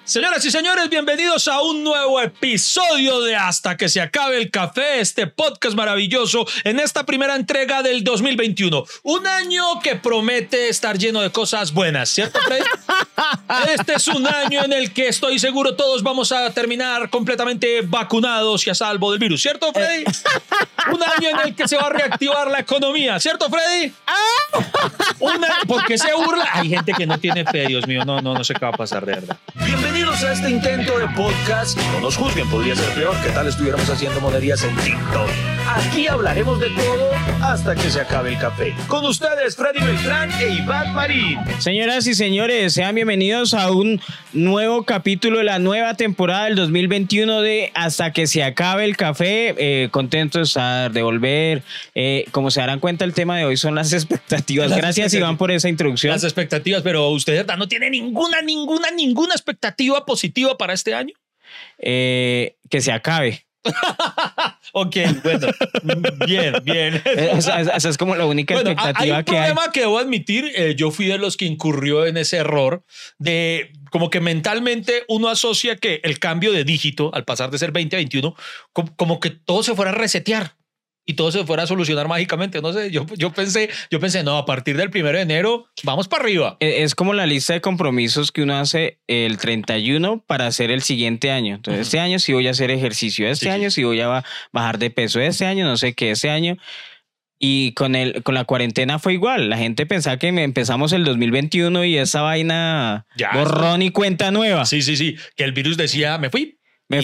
Señoras y señores, bienvenidos a un nuevo episodio de Hasta que se acabe el café, este podcast maravilloso en esta primera entrega del 2021. Un año que promete estar lleno de cosas buenas, ¿cierto, Freddy? Este es un año en el que estoy seguro todos vamos a terminar completamente vacunados y a salvo del virus, ¿cierto, Freddy? Un año en el que se va a reactivar la economía, ¿cierto, Freddy? ¿Por qué se burla? Hay gente que no tiene fe, Dios mío, no sé qué va a pasar de verdad. Bienvenidos a este intento de podcast. No nos juzguen, podría ser peor. ¿Qué tal estuviéramos haciendo monerías en TikTok? Aquí hablaremos de todo hasta que se acabe el café. Con ustedes, Freddy Beltrán e Iván Marín. Señoras y señores, sean bienvenidos a un nuevo capítulo de la nueva temporada del 2021 de Hasta que se acabe el café. Contento de estar, de volver. Como se darán cuenta, el tema de hoy son las expectativas. Gracias, Iván, por esa introducción. Las expectativas, pero usted no tiene ninguna expectativa positiva para este año. Que se acabe. Ok, bueno, bien. Esa es como la única expectativa que hay. Hay un problema que debo admitir, yo fui de los que incurrió en ese error de como que mentalmente uno asocia que el cambio de dígito al pasar de ser 20 a 21, como que todo se fuera a resetear y todo se fuera a solucionar mágicamente. No sé, yo pensé, no, a partir del 1 de enero vamos para arriba. Es como la lista de compromisos que uno hace el 31 para hacer el siguiente año. Entonces, este año sí voy a hacer ejercicio, este año sí voy a bajar de peso, este año no sé qué, este año. Y con la cuarentena fue igual. La gente pensaba que empezamos el 2021 y esa vaina ya, borrón y cuenta nueva. Sí. Que el virus decía, me fui.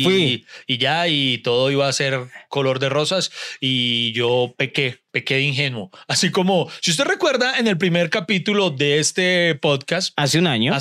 Y todo iba a ser color de rosas y yo pequé de ingenuo. Así como, si usted recuerda, en el primer capítulo de este podcast. Hace un año,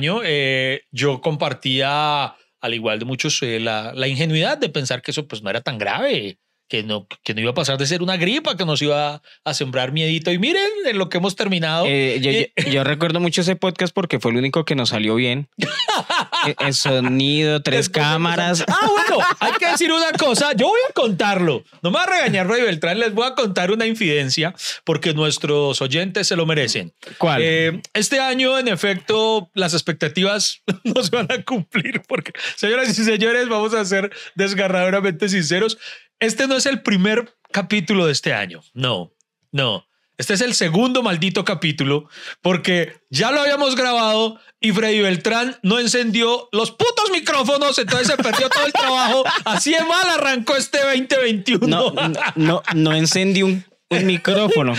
yo compartía, al igual de muchos, la ingenuidad de pensar que eso pues no era tan grave. Que no iba a pasar de ser una gripa, que nos iba a sembrar miedito. Y miren en lo que hemos terminado. Yo recuerdo mucho ese podcast porque fue el único que nos salió bien. El sonido, 3 cámaras. Bueno, hay que decir una cosa. Yo voy a contarlo. No me va a regañar Freddy Beltrán. Les voy a contar una infidencia porque nuestros oyentes se lo merecen. ¿Cuál? Este año, en efecto, las expectativas no se van a cumplir porque, señoras y señores, vamos a ser desgarradoramente sinceros. Este no es el primer capítulo de este año. No. Este es el segundo maldito capítulo porque ya lo habíamos grabado y Freddy Beltrán no encendió los putos micrófonos, entonces se perdió todo el trabajo. Así de mal arrancó este 2021. No encendí un micrófono.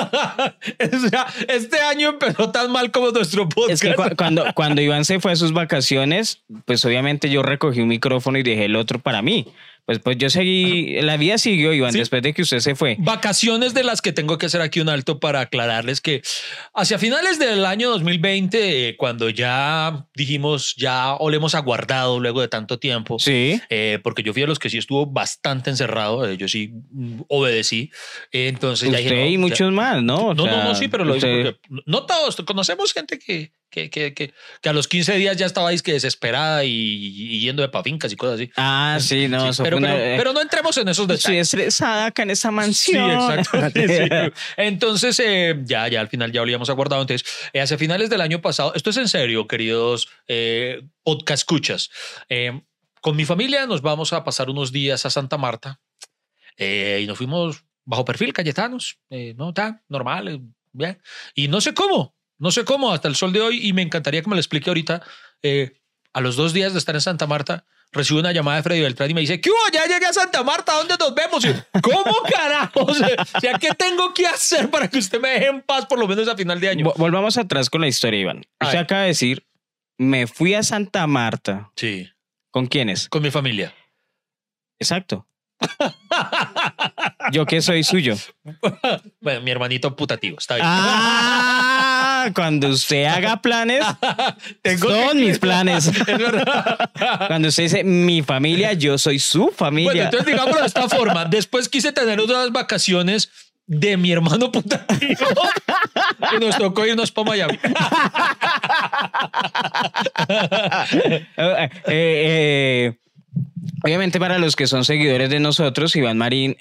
O sea, este año empezó tan mal como nuestro podcast. Es que cuando Iván se fue a sus vacaciones, pues obviamente yo recogí un micrófono y dejé el otro para mí. Pues yo seguí, la vida siguió, Iván, ¿sí? Después de que usted se fue. Vacaciones de las que tengo que hacer aquí un alto para aclararles que hacia finales del año 2020, cuando ya dijimos, ya olemos aguardado luego de tanto tiempo. Sí. Porque yo fui de los que sí estuvo bastante encerrado, yo sí obedecí. Entonces usted ya dije, y muchos más, ¿no? No, sí, pero lo digo porque no todos. Conocemos gente que a los 15 días ya estaba desesperada y yendo de pafincas y cosas así. Ah, sí, no. Sí, pero no entremos en esos detalles. Estoy estresada acá en esa mansión. Sí, exacto. Sí. Entonces, ya al final ya olíamos aguardado. Entonces, hacia finales del año pasado, esto es en serio, queridos podcast escuchas. Con mi familia nos vamos a pasar unos días a Santa Marta y nos fuimos bajo perfil, cayetanos, tan normal, bien. Y no sé cómo hasta el sol de hoy, y me encantaría que me lo explique ahorita. A los 2 días de estar en Santa Marta, recibo una llamada de Freddy Beltrán y me dice, ¿qué hubo? Ya llegué a Santa Marta, ¿dónde nos vemos? Y, ¿cómo carajo? O sea, ¿qué tengo que hacer para que usted me deje en paz por lo menos a final de año? Volvamos atrás con la historia, Iván. Usted acaba de decir, me fui a Santa Marta. Sí. ¿Con quiénes? Con mi familia. Exacto. Yo que soy suyo. Bueno, mi hermanito putativo, está bien. Cuando usted haga planes, son mis planes. Es verdad. Cuando usted dice mi familia, yo soy su familia. Bueno, entonces digámoslo de esta forma. Después quise tener unas vacaciones de mi hermano putativo y nos tocó irnos para Miami. Obviamente, para los que son seguidores de nosotros, Iván Marín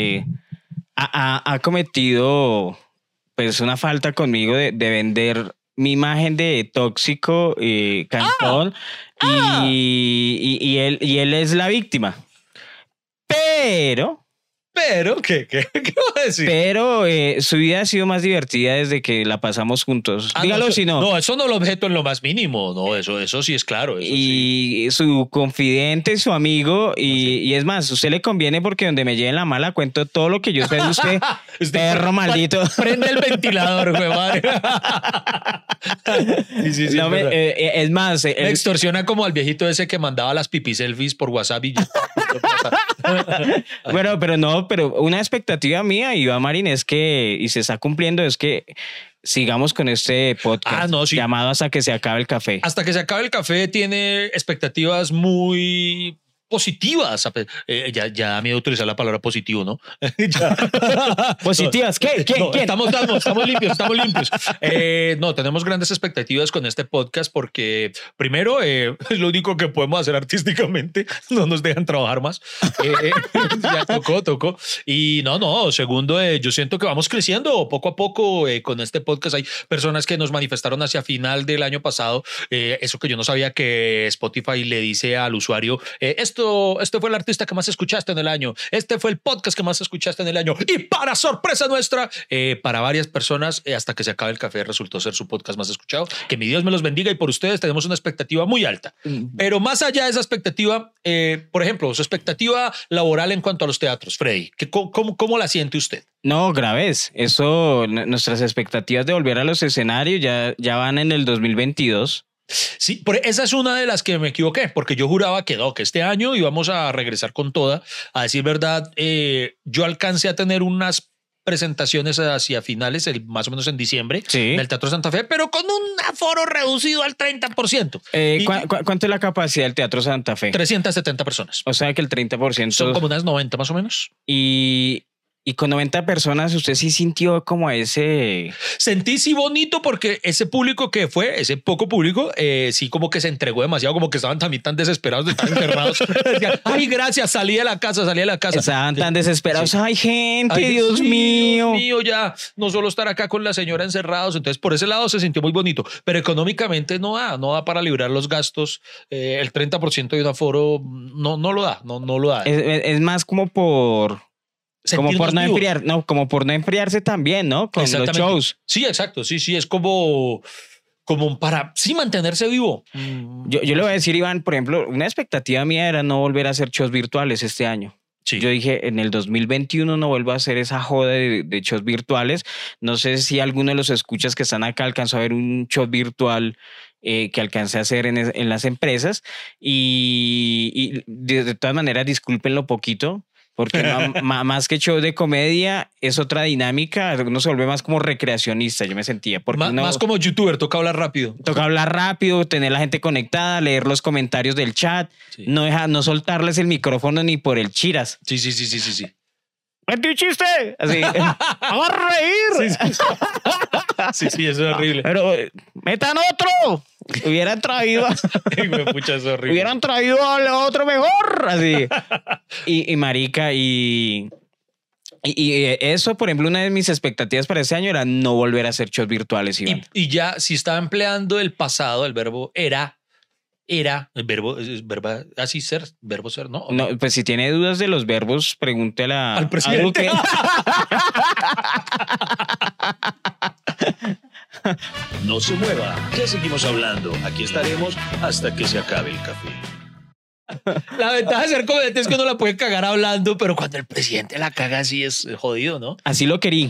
ha cometido pues una falta conmigo de vender mi imagen de tóxico, cantón, y él es la víctima. Pero, ¿qué voy a decir? Pero su vida ha sido más divertida desde que la pasamos juntos. Dígalo si no. No, eso no lo objeto en lo más mínimo. No, eso sí es claro. Eso y sí. Su confidente, su amigo, y es más, usted le conviene porque donde me lleven la mala cuento todo lo que yo sé de usted, perro maldito. Prende el ventilador, güey, madre. Sí, no, es más, me extorsiona como al viejito ese que mandaba las pipi selfies por WhatsApp y bueno, pero una expectativa mía, Iván Marín, es que, y se está cumpliendo, es que sigamos con este podcast llamado Hasta que se acabe el café. Hasta que se acabe el café tiene expectativas muy positivas. Ya da miedo utilizar la palabra positivo, ¿no? ¿Positivas? ¿Qué? No, estamos limpios. No, tenemos grandes expectativas con este podcast porque, primero, es lo único que podemos hacer artísticamente. No nos dejan trabajar más. Ya tocó. Y segundo, yo siento que vamos creciendo poco a poco con este podcast. Hay personas que nos manifestaron hacia final del año pasado, eso que yo no sabía, que Spotify le dice al usuario, este fue el artista que más escuchaste en el año, este fue el podcast que más escuchaste en el año, y para sorpresa nuestra, para varias personas, Hasta que se acabe el café resultó ser su podcast más escuchado. Que mi Dios me los bendiga, y por ustedes tenemos una expectativa muy alta. Pero más allá de esa expectativa, por ejemplo, su expectativa laboral en cuanto a los teatros, Freddy, ¿cómo la siente usted? No, graves. Eso, nuestras expectativas de volver a los escenarios ya van en el 2022. Sí, esa es una de las que me equivoqué, porque yo juraba que este año íbamos a regresar con toda. A decir verdad, yo alcancé a tener unas presentaciones hacia finales, más o menos en diciembre, en el Teatro Santa Fe, pero con un aforo reducido al 30%. ¿Cuánto es la capacidad del Teatro Santa Fe? 370 personas. O sea que el 30%... Son como unas 90 más o menos. Y con 90 personas, ¿usted sí sintió como ese...? Sentí sí bonito, porque ese público que fue, ese poco público, sí como que se entregó demasiado, como que estaban también tan desesperados de estar encerrados. Decían, ay, gracias, salí de la casa. Estaban tan desesperados. Sí. Ay, gente, ay, Dios mío. Dios mío, ya no solo estar acá con la señora encerrados. Entonces, por ese lado se sintió muy bonito, pero económicamente no da para librar los gastos. El 30% de un aforo no lo da, no lo da. Es más como por no enfriarse también, ¿no? Con los shows. Sí, exacto. Sí, es como para mantenerse vivo. Yo le voy a decir, Iván, por ejemplo, una expectativa mía era no volver a hacer shows virtuales este año. Sí. Yo dije, en el 2021 no vuelvo a hacer esa joda de shows virtuales. No sé si alguno de los escuchas que están acá alcanzó a ver un show virtual que alcancé a hacer en las empresas. Y de todas maneras, discúlpenlo poquito. Porque más que show de comedia es otra dinámica, uno se vuelve más como recreacionista, yo me sentía. Más como youtuber, toca hablar rápido. Tener la gente conectada, leer los comentarios del chat, sí. No soltarles el micrófono ni por el chiras. Sí. ¡Mete un chiste! Así. ¡Vamos a reír! Sí, eso es horrible. Pero metan otro. Hubieran traído hubieran traído a otro mejor. Así. Y marica, y eso, por ejemplo, una de mis expectativas para este año era no volver a hacer shows virtuales, Iván. Y ya, si estaba empleando el pasado, el verbo era el verbo así ser, verbo ser, ¿no? No, pues si tiene dudas de los verbos, pregúntele al presidente. No se mueva, ya seguimos hablando. Aquí estaremos hasta que se acabe el café. La ventaja de ser comediante es que uno la puede cagar hablando, pero cuando el presidente la caga así es jodido, ¿no? Así lo quería.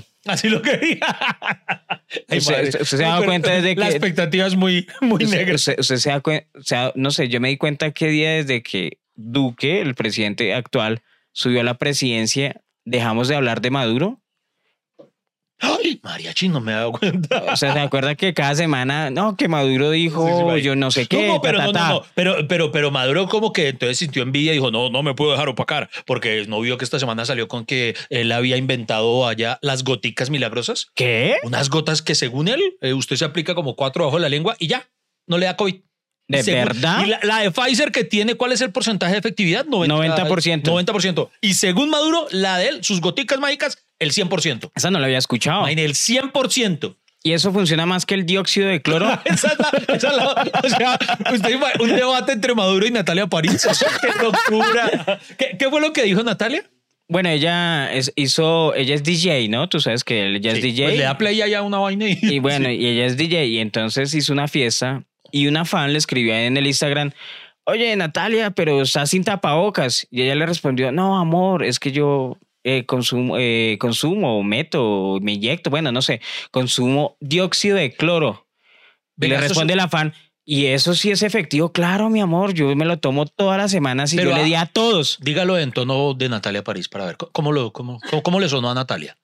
Usted se ha dado cuenta desde que... La expectativa es muy negra. Usted se da cuenta, o sea, no sé, yo me di cuenta qué día desde que Duque, el presidente actual, subió a la presidencia, dejamos de hablar de Maduro. ¡Ay, mariachi! No me he dado cuenta. O sea, ¿se acuerda que cada semana, que Maduro dijo, sí, yo no sé qué? Pero Maduro como que entonces sintió envidia y dijo, no me puedo dejar opacar, porque no vio que esta semana salió con que él había inventado allá las goticas milagrosas. ¿Qué? Unas gotas que según él, usted se aplica como 4 bajo la lengua y ya, no le da COVID. ¿Verdad? Y la de Pfizer que tiene, ¿cuál es el porcentaje de efectividad? 90%. 90%. Y según Maduro, la de él, sus goticas mágicas, el 100%. Esa no la había escuchado. En el 100%. ¿Y eso funciona más que el dióxido de cloro? O sea, un debate entre Maduro y Natalia París. O sea, ¡qué locura! ¿Qué fue lo que dijo Natalia? Bueno, ella es DJ, ¿no? Tú sabes que ella es DJ. Pues le da play allá a una vaina y bueno, sí. Y ella es DJ y entonces hizo una fiesta y una fan le escribió en el Instagram, oye, Natalia, pero estás sin tapabocas. Y ella le respondió, no, amor, es que yo consumo, meto, me inyecto, bueno, no sé, consumo dióxido de cloro. Y le responde la fan, ¿y eso sí es efectivo? Claro, mi amor, yo me lo tomo todas las semanas y pero yo le di a todos. Dígalo en tono de Natalia París para ver cómo le sonó a Natalia.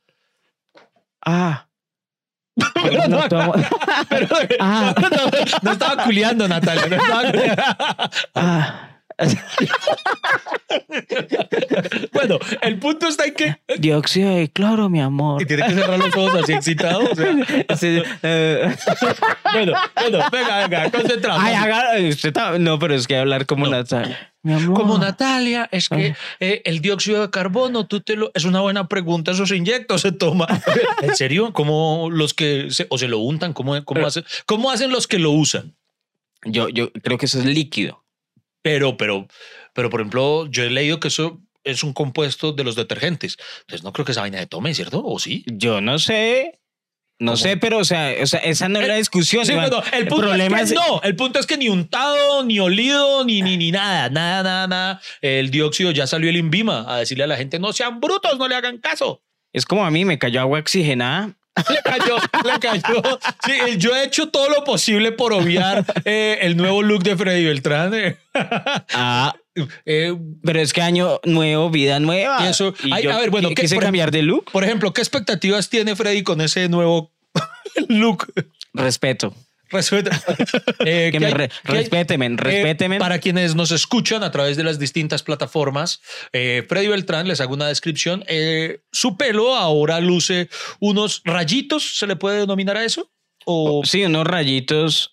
No estaba culiando, Natalia. No estaba... Bueno, el punto está en que dióxido de cloro, mi amor. Y tiene que cerrar los ojos así excitado. O sea. Bueno, venga, concentrado. No, pero es que hablar como Natalia. Mi amor. Como Natalia, es que el dióxido de carbono, es una buena pregunta, esos inyectos se toma. ¿En serio? ¿Cómo los que se lo untan? ¿Cómo hacen los que lo usan? Yo creo que eso es líquido. Pero, por ejemplo, yo he leído que eso es un compuesto de los detergentes. Entonces no creo que esa vaina se tome, ¿cierto? ¿O sí? Yo no sé. No sé, pero o sea, esa no es la discusión. Sí, bueno, el punto es que ni untado, ni olido, ni nada. El dióxido ya salió el INVIMA a decirle a la gente, no sean brutos, no le hagan caso. Es como a mí, me cayó agua oxigenada. Le cayó. Sí, yo he hecho todo lo posible por obviar el nuevo look de Freddy Beltrán. Pero es que año nuevo, vida nueva. Eso. A ver, bueno, quise cambiar de look. Por ejemplo, ¿qué expectativas tiene Freddy con ese nuevo look? Respeto. Respéteme. Respéteme. Para quienes nos escuchan a través de las distintas plataformas, Freddy Beltrán, les hago una descripción. Su pelo ahora luce unos rayitos, ¿se le puede denominar a eso? Sí, unos rayitos.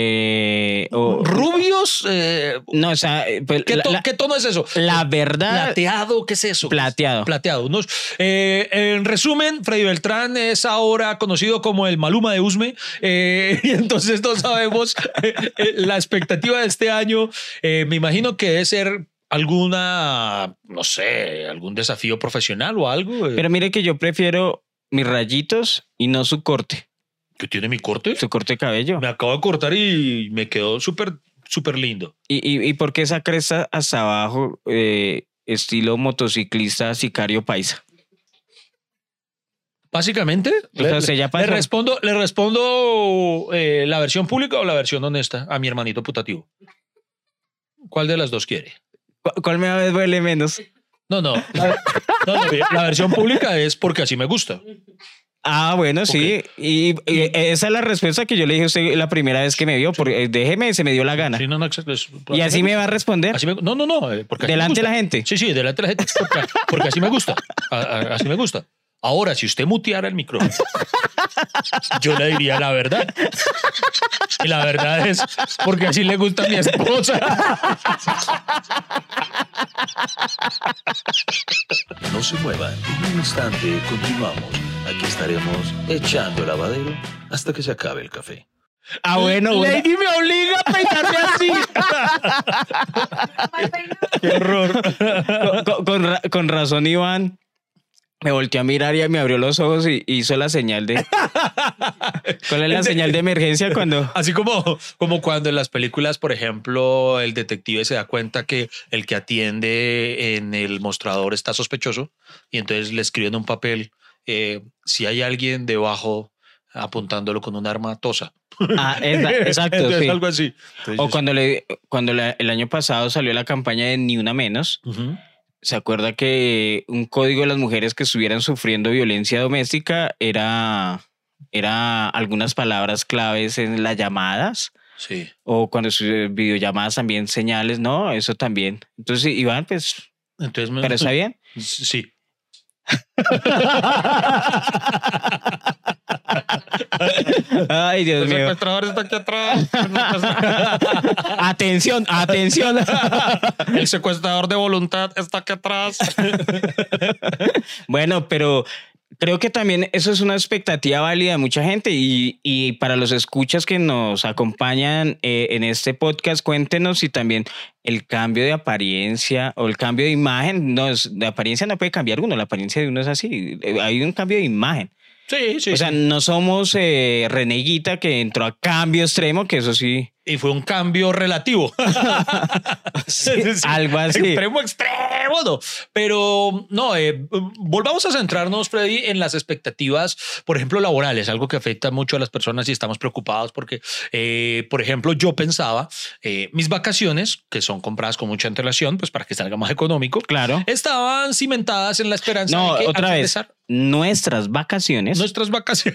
¿Rubios? No, o sea, pues, ¿Qué tono es eso? La verdad. ¿Plateado? ¿Qué es eso? Plateado. En resumen, Freddy Beltrán es ahora conocido como el Maluma de Usme. Y entonces no sabemos la expectativa de este año. Me imagino que debe ser algún desafío profesional o algo. Pero mire que yo prefiero mis rayitos y no su corte. ¿Qué tiene mi corte? Su corte de cabello. Me acabo de cortar y me quedó súper lindo. ¿Y por qué esa cresta hasta abajo, estilo motociclista sicario paisa? Básicamente, le respondo la versión pública o la versión honesta a mi hermanito putativo. ¿Cuál de las dos quiere? ¿Cuál me duele menos? No. La versión pública es porque así me gusta. Bueno, okay. Sí. Y esa es la respuesta que yo le dije a usted la primera vez que me vio. Porque déjeme, se me dio la gana. Sí, no, ¿Y así me va a responder? No. Porque ¿delante de la gente? Sí, delante de la gente. Porque así me gusta. Así me gusta. Ahora, si usted muteara el micrófono, yo le diría la verdad. Y la verdad es porque así le gusta a mi esposa. No se muevan, en un instante continuamos. Aquí estaremos echando lavadero hasta que se acabe el café. Bueno. Lady me obliga a peinarme así. Qué horror. Con razón, Iván me volteó a mirar y me abrió los ojos y hizo la señal de... ¿Cuál es la señal de emergencia cuando...? Así como cuando en las películas, por ejemplo, el detective se da cuenta que el que atiende en el mostrador está sospechoso y entonces le escribe en un papel, si hay alguien debajo apuntándolo con un arma, tosa. Exacto. Entonces, sí. Algo así. Entonces, o cuando el año pasado salió la campaña de Ni Una Menos... Uh-huh. ¿Se acuerda que un código de las mujeres que estuvieran sufriendo violencia doméstica era algunas palabras claves en las llamadas? Sí. O cuando videollamadas también señales, ¿no? Eso también. Entonces, Iván, pues... ¿Pero está bien? Sí. Ay, Dios mío. El secuestrador está aquí atrás. Atención. El secuestrador de voluntad está aquí atrás. Bueno, pero Creo que también eso es una expectativa válida de mucha gente y para los escuchas que nos acompañan en este podcast, cuéntenos si también el cambio de apariencia o el cambio de imagen, de apariencia no puede cambiar uno, la apariencia de uno es así, hay un cambio de imagen. Sí, sí. O sea, no somos Reneguita que entró a cambio extremo, que eso sí. Y fue un cambio relativo. Sí, algo así. Extremo, no. Pero no, volvamos a centrarnos, Freddy, en las expectativas, por ejemplo, laborales, algo que afecta mucho a las personas y estamos preocupados porque, por ejemplo, yo pensaba, mis vacaciones, que son compradas con mucha antelación, pues para que salga más económico, Claro. estaban cimentadas en la esperanza No, de que otra al vez. regresar, Nuestras vacaciones. nuestras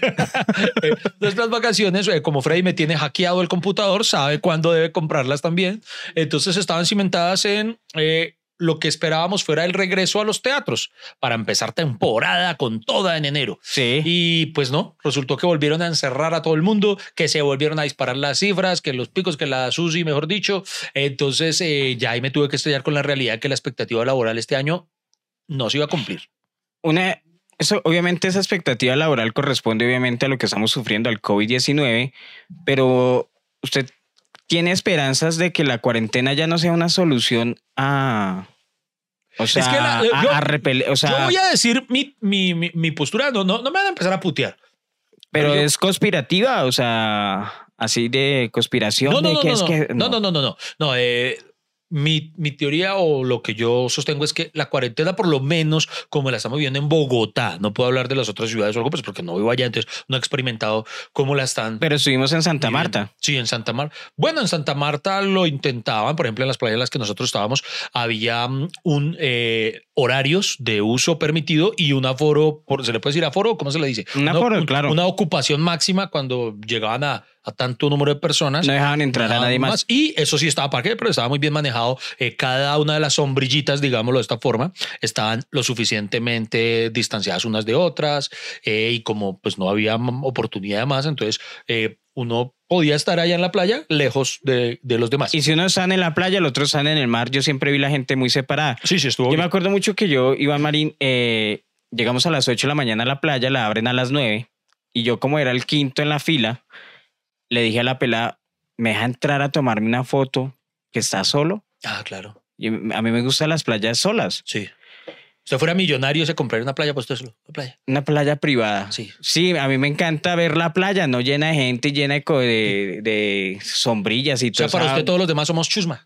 vacaciones, como Freddy me tiene hackeado el computador, sabe cuándo debe comprarlas también. Entonces estaban cimentadas en lo que esperábamos fuera el regreso a los teatros para empezar temporada con toda en enero. Sí. Y pues no, resultó que volvieron a encerrar a todo el mundo, que se volvieron a disparar las cifras, que los picos, que la SUSI, mejor dicho. Entonces ya ahí me tuve que estrellar con la realidad que la expectativa laboral este año no se iba a cumplir. Obviamente esa expectativa laboral corresponde obviamente a lo que estamos sufriendo, al COVID-19, pero usted tiene esperanzas de que la cuarentena ya no sea una solución a... O sea, Es que o sea, yo voy a decir mi postura, no me van a empezar a putear. pero yo- es conspirativa, o sea, así de conspiración. No, mi teoría o lo que yo sostengo es que la cuarentena, por lo menos como la estamos viviendo en Bogotá, no puedo hablar de las otras ciudades o algo, pues porque no vivo allá, entonces no he experimentado cómo la están. Pero estuvimos en Santa Marta. Sí, en Santa Marta. Bueno, en Santa Marta lo intentaban, por ejemplo, en las playas en las que nosotros estábamos, había horarios de uso permitido y un aforo, ¿se le puede decir aforo? ¿Cómo se le dice? Un aforo, claro. Una ocupación máxima cuando llegaban a tanto número de personas. No dejaban entrar a nadie más. Y eso sí estaba parque, pero estaba muy bien manejado. Cada una de las sombrillitas, digámoslo de esta forma, estaban lo suficientemente distanciadas unas de otras y como pues no había oportunidad más, entonces uno podía estar allá en la playa lejos de los demás. Y si uno está en la playa, el otro está en el mar. Yo siempre vi la gente muy separada. Sí, estuvo Yo bien. me acuerdo mucho que yo, Iván Marín, llegamos a las 8 de la mañana a la playa, la abren a las 9 y yo como era el quinto en la fila, le dije a la pelada, ¿me deja entrar a tomarme una foto que está solo? Ah, claro. Y a mí me gustan las playas solas. Sí. Usted fuera millonario, se compraría una playa, pues usted solo, una playa. Una playa privada. Sí. Sí, a mí me encanta ver la playa, no llena de gente y llena de sombrillas y O sea, todo. para usted todos los demás somos chusma.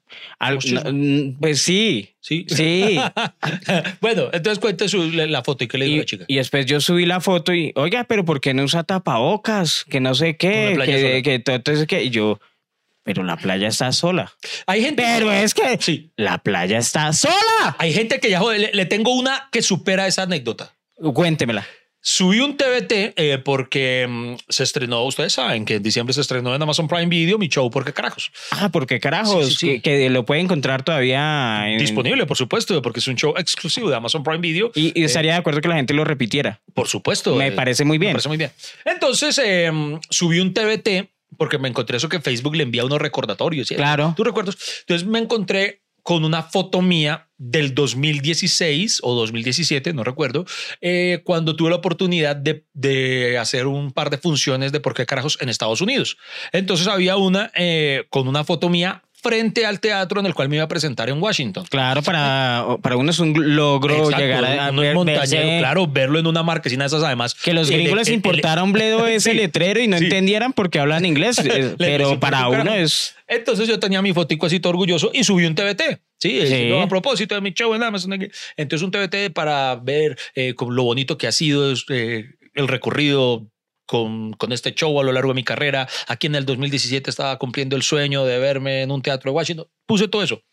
Pues sí. Sí. Sí. Bueno, entonces cuente la foto y qué le dijo la chica. Y después yo subí la foto y, oiga, pero ¿por qué no usa tapabocas? Que no sé Una qué, playa sola. que todo entonces que y yo, pero la playa está sola. Hay gente. Pero es que Sí. la playa está sola. Hay gente que ya, joder, le tengo una que supera esa anécdota. Cuéntemela. Subí un TBT porque se estrenó, ustedes saben que en diciembre se estrenó en Amazon Prime Video mi show, ¿Por qué carajos? Ah, porque carajos, Sí, sí, sí. Que lo puede encontrar todavía Disponible, por supuesto, porque es un show exclusivo de Amazon Prime Video. Y estaría de acuerdo que la gente lo repitiera. Por supuesto. Me parece muy bien. Me parece muy bien. Entonces, subí un TBT porque me encontré eso que Facebook le envía unos recordatorios. ¿Sí? Claro. ¿Tú recuerdas? Entonces me encontré con una foto mía del 2016 o 2017, no recuerdo, cuando tuve la oportunidad de hacer un par de funciones de Por qué carajos en Estados Unidos. Entonces había una con una foto mía frente al teatro en el cual me iba a presentar en Washington. Claro, para uno es un logro. Exacto, llegar a uno es montañero, verse- claro, verlo en una marquesina de esas además. Que los gringos les importara un bledo ese Sí. letrero y no Sí. entendieran por qué hablan inglés. Pero les para importa un uno carajo. es... Entonces yo tenía mi fotico así todo orgulloso y subí un TBT. Sí, Sí. a propósito de mi show en Amazon. Entonces un TBT para ver con lo bonito que ha sido el recorrido con este show a lo largo de mi carrera. Aquí en el 2017 estaba cumpliendo el sueño de verme en un teatro de Washington. Puse todo eso.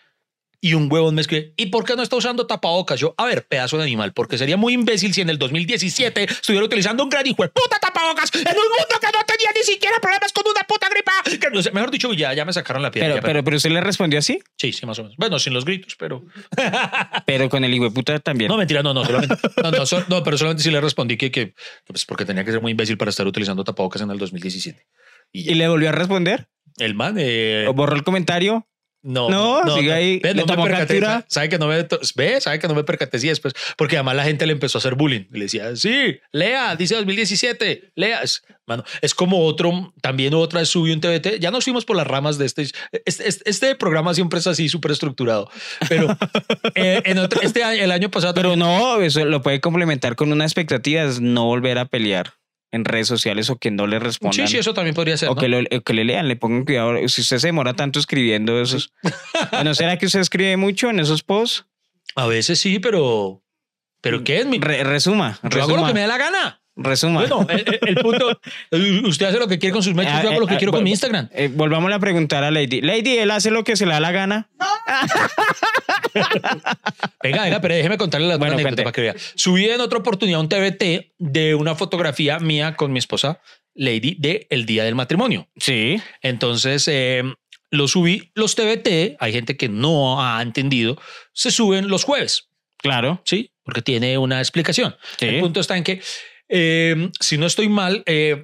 Y un huevón me escribe, ¿y por qué no está usando tapabocas? Yo, a ver, pedazo de animal, porque sería muy imbécil si en el 2017 estuviera utilizando un gran hijo de puta tapabocas en un mundo que no tenía ni siquiera problemas con una puta gripa. Que, no sé, mejor dicho, ya me sacaron la piedra. Pero usted le respondió así, Sí, más o menos. Bueno, sin los gritos, pero... pero con el hijo de puta también. No, mentira, no, solamente... no, pero solamente sí le respondí que pues porque tenía que ser muy imbécil para estar utilizando tapabocas en el 2017. ¿Y le volvió a responder? El man... ¿O borró el comentario? No, sigue ahí. Ve, ¿Le no me tomó percaté, captura? sabe que no me percaté sí después, porque además la gente le empezó a hacer bullying. Le decía, sí, lea, dice 2017, lea. Mano, es como otro, también otra vez subió un TBT. Ya nos fuimos por las ramas de este programa siempre es así súper estructurado, pero el año pasado. Pero no, eso lo puede complementar con una expectativa, es no volver a pelear en redes sociales o que no le respondan. Sí, eso también podría ser. O ¿no? que le lean, le pongan cuidado. Si usted se demora tanto escribiendo esos. Bueno, ¿será que usted escribe mucho en esos posts? A veces sí, pero ¿qué es mi? Resuma. Yo hago lo que me dé la gana. Resuma. Bueno, el punto, usted hace lo que quiere con sus mechas, yo hago lo que quiero con mi Instagram. Volvamos a preguntar a Lady. Lady, ¿él hace lo que se le da la gana? Venga, pero déjeme contarle la Bueno, anécdota para que vea. Subí en otra oportunidad un TBT de una fotografía mía con mi esposa, Lady, de el día del matrimonio. Sí. Entonces, lo subí. Los TBT, hay gente que no ha entendido, se suben los jueves. Claro. Sí, porque tiene una explicación. Sí. El punto está en que, si no estoy mal,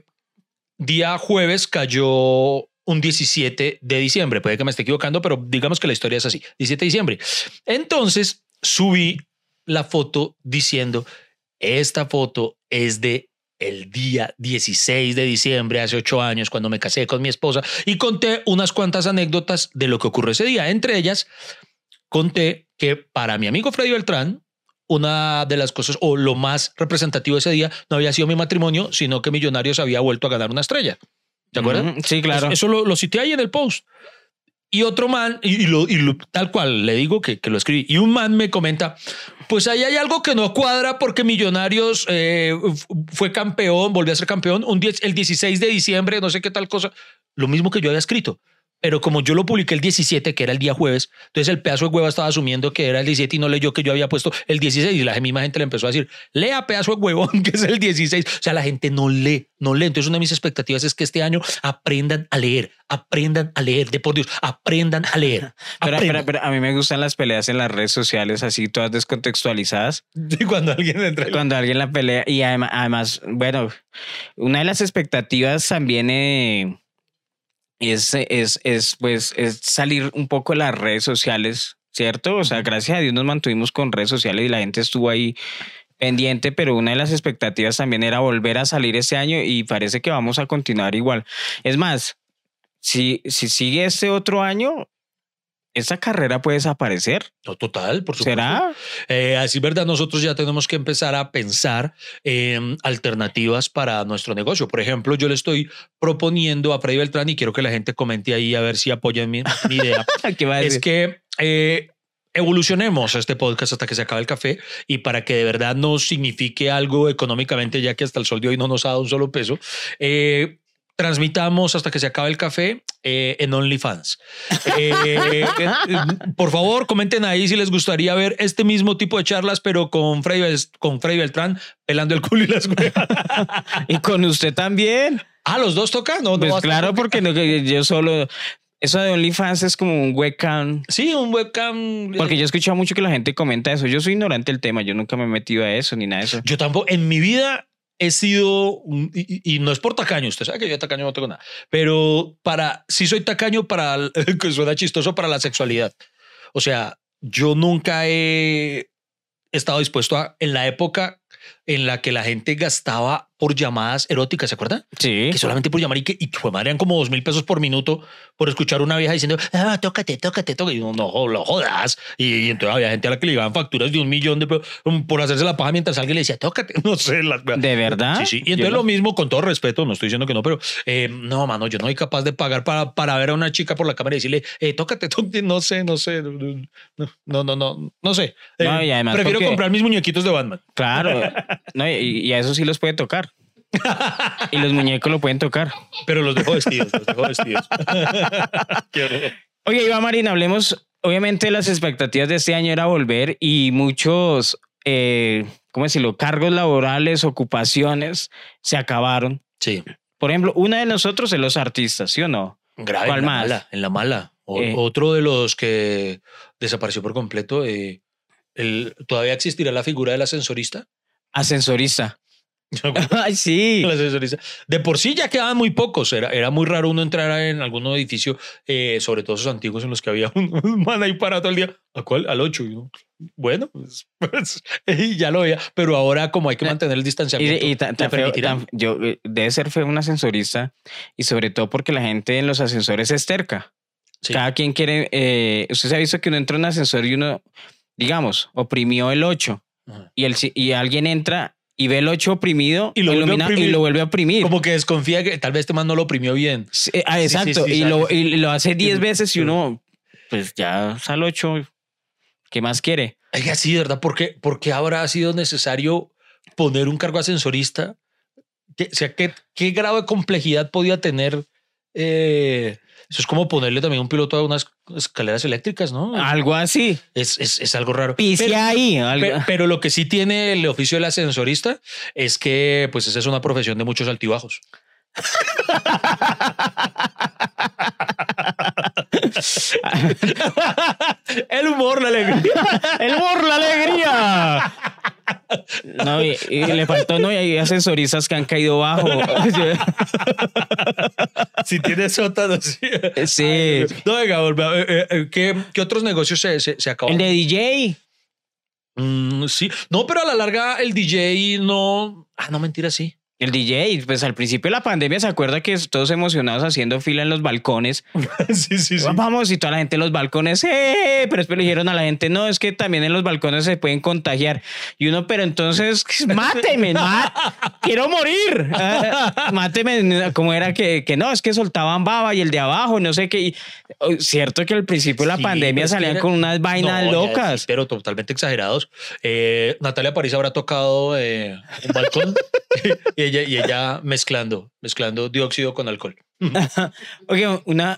día jueves cayó un 17 de diciembre. Puede que me esté equivocando, pero digamos que la historia es así. 17 de diciembre. Entonces subí la foto diciendo, esta foto es de el día 16 de diciembre, hace 8 años, cuando me casé con mi esposa, y conté unas cuantas anécdotas de lo que ocurrió ese día. Entre ellas, conté que para mi amigo Freddy Beltrán, una de las cosas o lo más representativo de ese día no había sido mi matrimonio, sino que Millonarios había vuelto a ganar una estrella. ¿Te acuerdas? Sí, claro. Eso lo cité ahí en el post. Y otro man, tal cual le digo que lo escribí, y un man me comenta, pues ahí hay algo que no cuadra porque Millonarios fue campeón, volvió a ser campeón el 16 de diciembre, no sé qué tal cosa, lo mismo que yo había escrito. Pero como yo lo publiqué el 17, que era el día jueves, entonces el pedazo de hueva estaba asumiendo que era el 17 y no leyó que yo había puesto el 16 y la misma gente le empezó a decir, lea pedazo de huevón, que es el 16. O sea, la gente no lee. Entonces una de mis expectativas es que este año aprendan a leer, de por Dios, aprendan a leer. Pero a mí me gustan las peleas en las redes sociales, así todas descontextualizadas. Sí, cuando alguien entra. Cuando alguien la pelea y además, bueno, una de las expectativas también es salir un poco de las redes sociales, ¿cierto? O sea, gracias a Dios nos mantuvimos con redes sociales y la gente estuvo ahí pendiente, pero una de las expectativas también era volver a salir este año y parece que vamos a continuar igual. Es más, si sigue este otro año, esta carrera puede desaparecer. No, total, por supuesto. ¿Será? Así, verdad, nosotros ya tenemos que empezar a pensar en alternativas para nuestro negocio. Por ejemplo, yo le estoy proponiendo a Freddy Beltrán y quiero que la gente comente ahí a ver si apoyan mi idea. ¿Qué va a decir? Es que evolucionemos este podcast hasta que se acabe el café y para que de verdad nos signifique algo económicamente, ya que hasta el sol de hoy no nos ha dado un solo peso. Transmitamos hasta que se acabe el café en OnlyFans. Por favor, comenten ahí si les gustaría ver este mismo tipo de charlas, pero con Freddy Beltrán pelando el culo y las huevas. Y con usted también. Ah, ¿los dos tocan? No, Pues no claro, porque no, yo solo... Eso de OnlyFans es como un webcam. Sí, un webcam. Porque yo he escuchado mucho que la gente comenta eso. Yo soy ignorante del tema. Yo nunca me he metido a eso ni nada de eso. Yo tampoco. En mi vida he sido, y no es por tacaño, usted sabe que yo de tacaño no tengo nada, pero sí soy tacaño que suena chistoso, para la sexualidad. O sea, yo nunca he estado dispuesto en la época en la que la gente gastaba por llamadas eróticas, ¿se acuerdan? Sí. Que solamente por llamar y que madre, eran como 2,000 pesos por minuto por escuchar una vieja diciendo, tócate. Y no lo jodas. Y entonces había gente a la que le llegaban facturas de 1 millón de pesos por hacerse la paja mientras alguien le decía, tócate. No sé. ¿De verdad? Sí. Y entonces lo mismo, con todo respeto, no estoy diciendo que no, pero no, mano, yo no soy capaz de pagar para ver a una chica por la cámara y decirle, tócate. No sé. No sé. No, y además prefiero comprar mis muñequitos de Batman. Claro. No, y a eso sí los puede tocar. Y los muñecos lo pueden tocar. Pero los dejo vestidos. Qué horror. Oye, Iván Marín, hablemos. Obviamente las expectativas de este año era volver y muchos, ¿cómo decirlo? Cargos laborales, ocupaciones se acabaron. Sí. Por ejemplo, una de nosotros es los artistas, ¿sí o no? Grave. ¿Cuál en la más? mala, en la mala. Otro de los que desapareció por completo. ¿Todavía existirá la figura del ascensorista? Ascensorista. Ay, sí. El ascensorista. De por sí ya quedaban muy pocos. Era muy raro uno entrar en algún edificio, sobre todo esos antiguos en los que había un man ahí parado todo el día. ¿A cuál? Al 8. Y uno, bueno, pues, y ya lo veía. Pero ahora, como hay que mantener el distanciamiento, Y tan feo, debe ser feo un ascensorista, y sobre todo porque la gente en los ascensores es terca. Sí. Cada quien quiere. Usted se ha visto que uno entra en un ascensor y uno, digamos, oprimió el 8 Ajá. y alguien entra y ve el 8 oprimido Y lo vuelve a oprimir. Como que desconfía que tal vez este man no lo oprimió bien. Sí, exacto. Sí, y lo hace 10 veces y uno, pues ya sale 8. ¿Qué más quiere? Oiga, sí, de verdad, ¿por qué habrá sido necesario poner un cargo ascensorista? ¿Qué grado de complejidad podía tener? Eso es como ponerle también un piloto a unas escaleras eléctricas, ¿no? Algo así. Es algo raro. Pise ahí. Pero lo que sí tiene el oficio del ascensorista es que, pues, esa es una profesión de muchos altibajos. El humor, la alegría. El humor, la alegría. No, y le faltó, no, y hay ascensoristas que han caído bajo. Si tienes sótano, sí. Sí. No, venga, ¿qué otros negocios se acaban? El de DJ. Sí. No, pero a la larga el DJ no... no, mentira, sí. El DJ, pues al principio de la pandemia, ¿se acuerda que todos emocionados haciendo fila en los balcones? Sí. Vamos, y toda la gente en los balcones, pero después le dijeron a la gente, no, es que también en los balcones se pueden contagiar. Y uno, pero entonces, máteme, quiero morir. Máteme, como era que no, es que soltaban baba y el de abajo, no sé qué. Y, cierto que al principio de la pandemia salían con unas vainas locas. Sí, pero totalmente exagerados. Natalia París habrá tocado un balcón. Y ella mezclando dióxido con alcohol. Oye,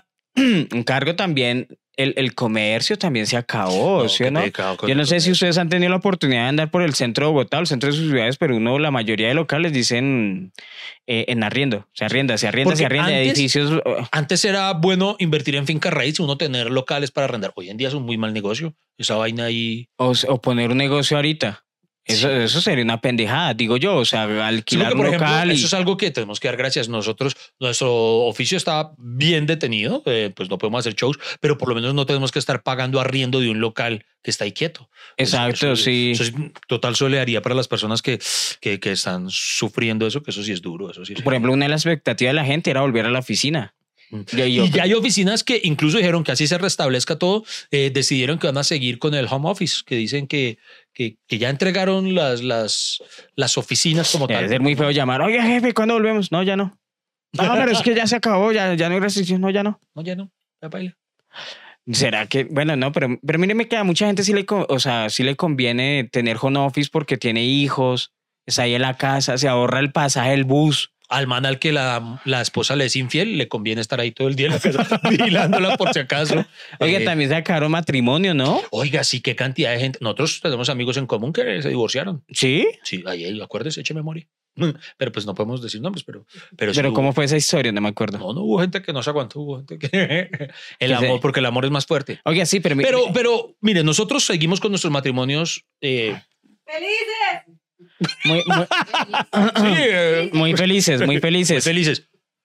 un cargo también, el comercio también se acabó, ¿sí o no? Yo no sé si ustedes han tenido la oportunidad de andar por el centro de Bogotá, el centro de sus ciudades, pero la mayoría de locales dicen en arriendo. Se arrienda edificios. Antes era bueno invertir en finca raíz, uno tener locales para arrendar. Hoy en día es un muy mal negocio. Esa vaina ahí. O poner un negocio ahorita. Eso sería una pendejada, digo yo, o sea, alquilar un local. Ejemplo, eso es algo que tenemos que dar gracias. Nosotros, nuestro oficio está bien detenido, pues no podemos hacer shows, pero por lo menos no tenemos que estar pagando arriendo de un local que está ahí quieto. Exacto, sí. Eso es total solidaridad para las personas que están sufriendo eso, que eso sí es duro. Eso sí es por ejemplo, una de las expectativas de la gente era volver a la oficina. Y ya hay oficinas que incluso dijeron que así se restablezca todo, decidieron que van a seguir con el home office, que dicen que ya entregaron las oficinas como tal. Debe ser muy feo llamar, oye jefe, ¿cuándo volvemos? No, ya no. No, pero es que ya se acabó, ya no hay restricción, no, ya no. No, ya no, ya baila. ¿Será que? Bueno, no, pero míreme que a mucha gente sí le conviene tener home office porque tiene hijos, está ahí en la casa, se ahorra el pasaje del bus. Al man al que la esposa le es infiel, le conviene estar ahí todo el día en la casa vigilándola por si acaso. Oiga, también sacaron matrimonio, ¿no? Oiga, sí, qué cantidad de gente. Nosotros tenemos amigos en común que se divorciaron. ¿Sí? Sí, ahí, acuérdese, eche memoria. Pero pues no podemos decir nombres, pero sí ¿cómo fue esa historia? No me acuerdo. No hubo gente que no se aguantó, hubo gente que... el amor, porque el amor es más fuerte. Oiga, sí, pero mire, nosotros seguimos con nuestros matrimonios... ¡Felices! Muy felices. Muy felices.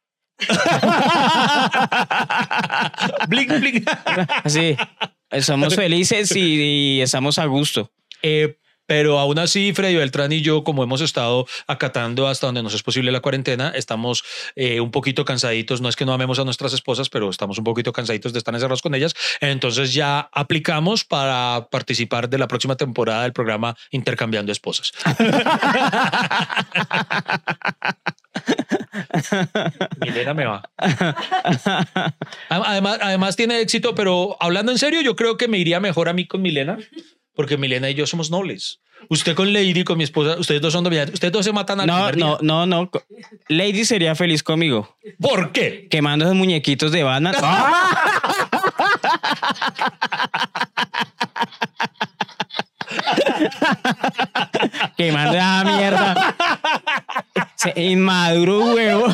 Blink, blink. Sí, somos felices y estamos a gusto. Pero aún así, Freddy Beltrán y yo, como hemos estado acatando hasta donde nos es posible la cuarentena, estamos un poquito cansaditos. No es que no amemos a nuestras esposas, pero estamos un poquito cansaditos de estar encerrados con ellas. Entonces ya aplicamos para participar de la próxima temporada del programa Intercambiando Esposas. Milena me va. Además tiene éxito, pero hablando en serio, yo creo que me iría mejor a mí con Milena. Porque Milena y yo somos nobles. Usted con Lady, con mi esposa, ustedes dos son dominantes. Ustedes dos se matan al primer día. No. Lady sería feliz conmigo. ¿Por qué? Quemando esos muñequitos de Batman. Quemando esa mierda. Inmaduro, huevo.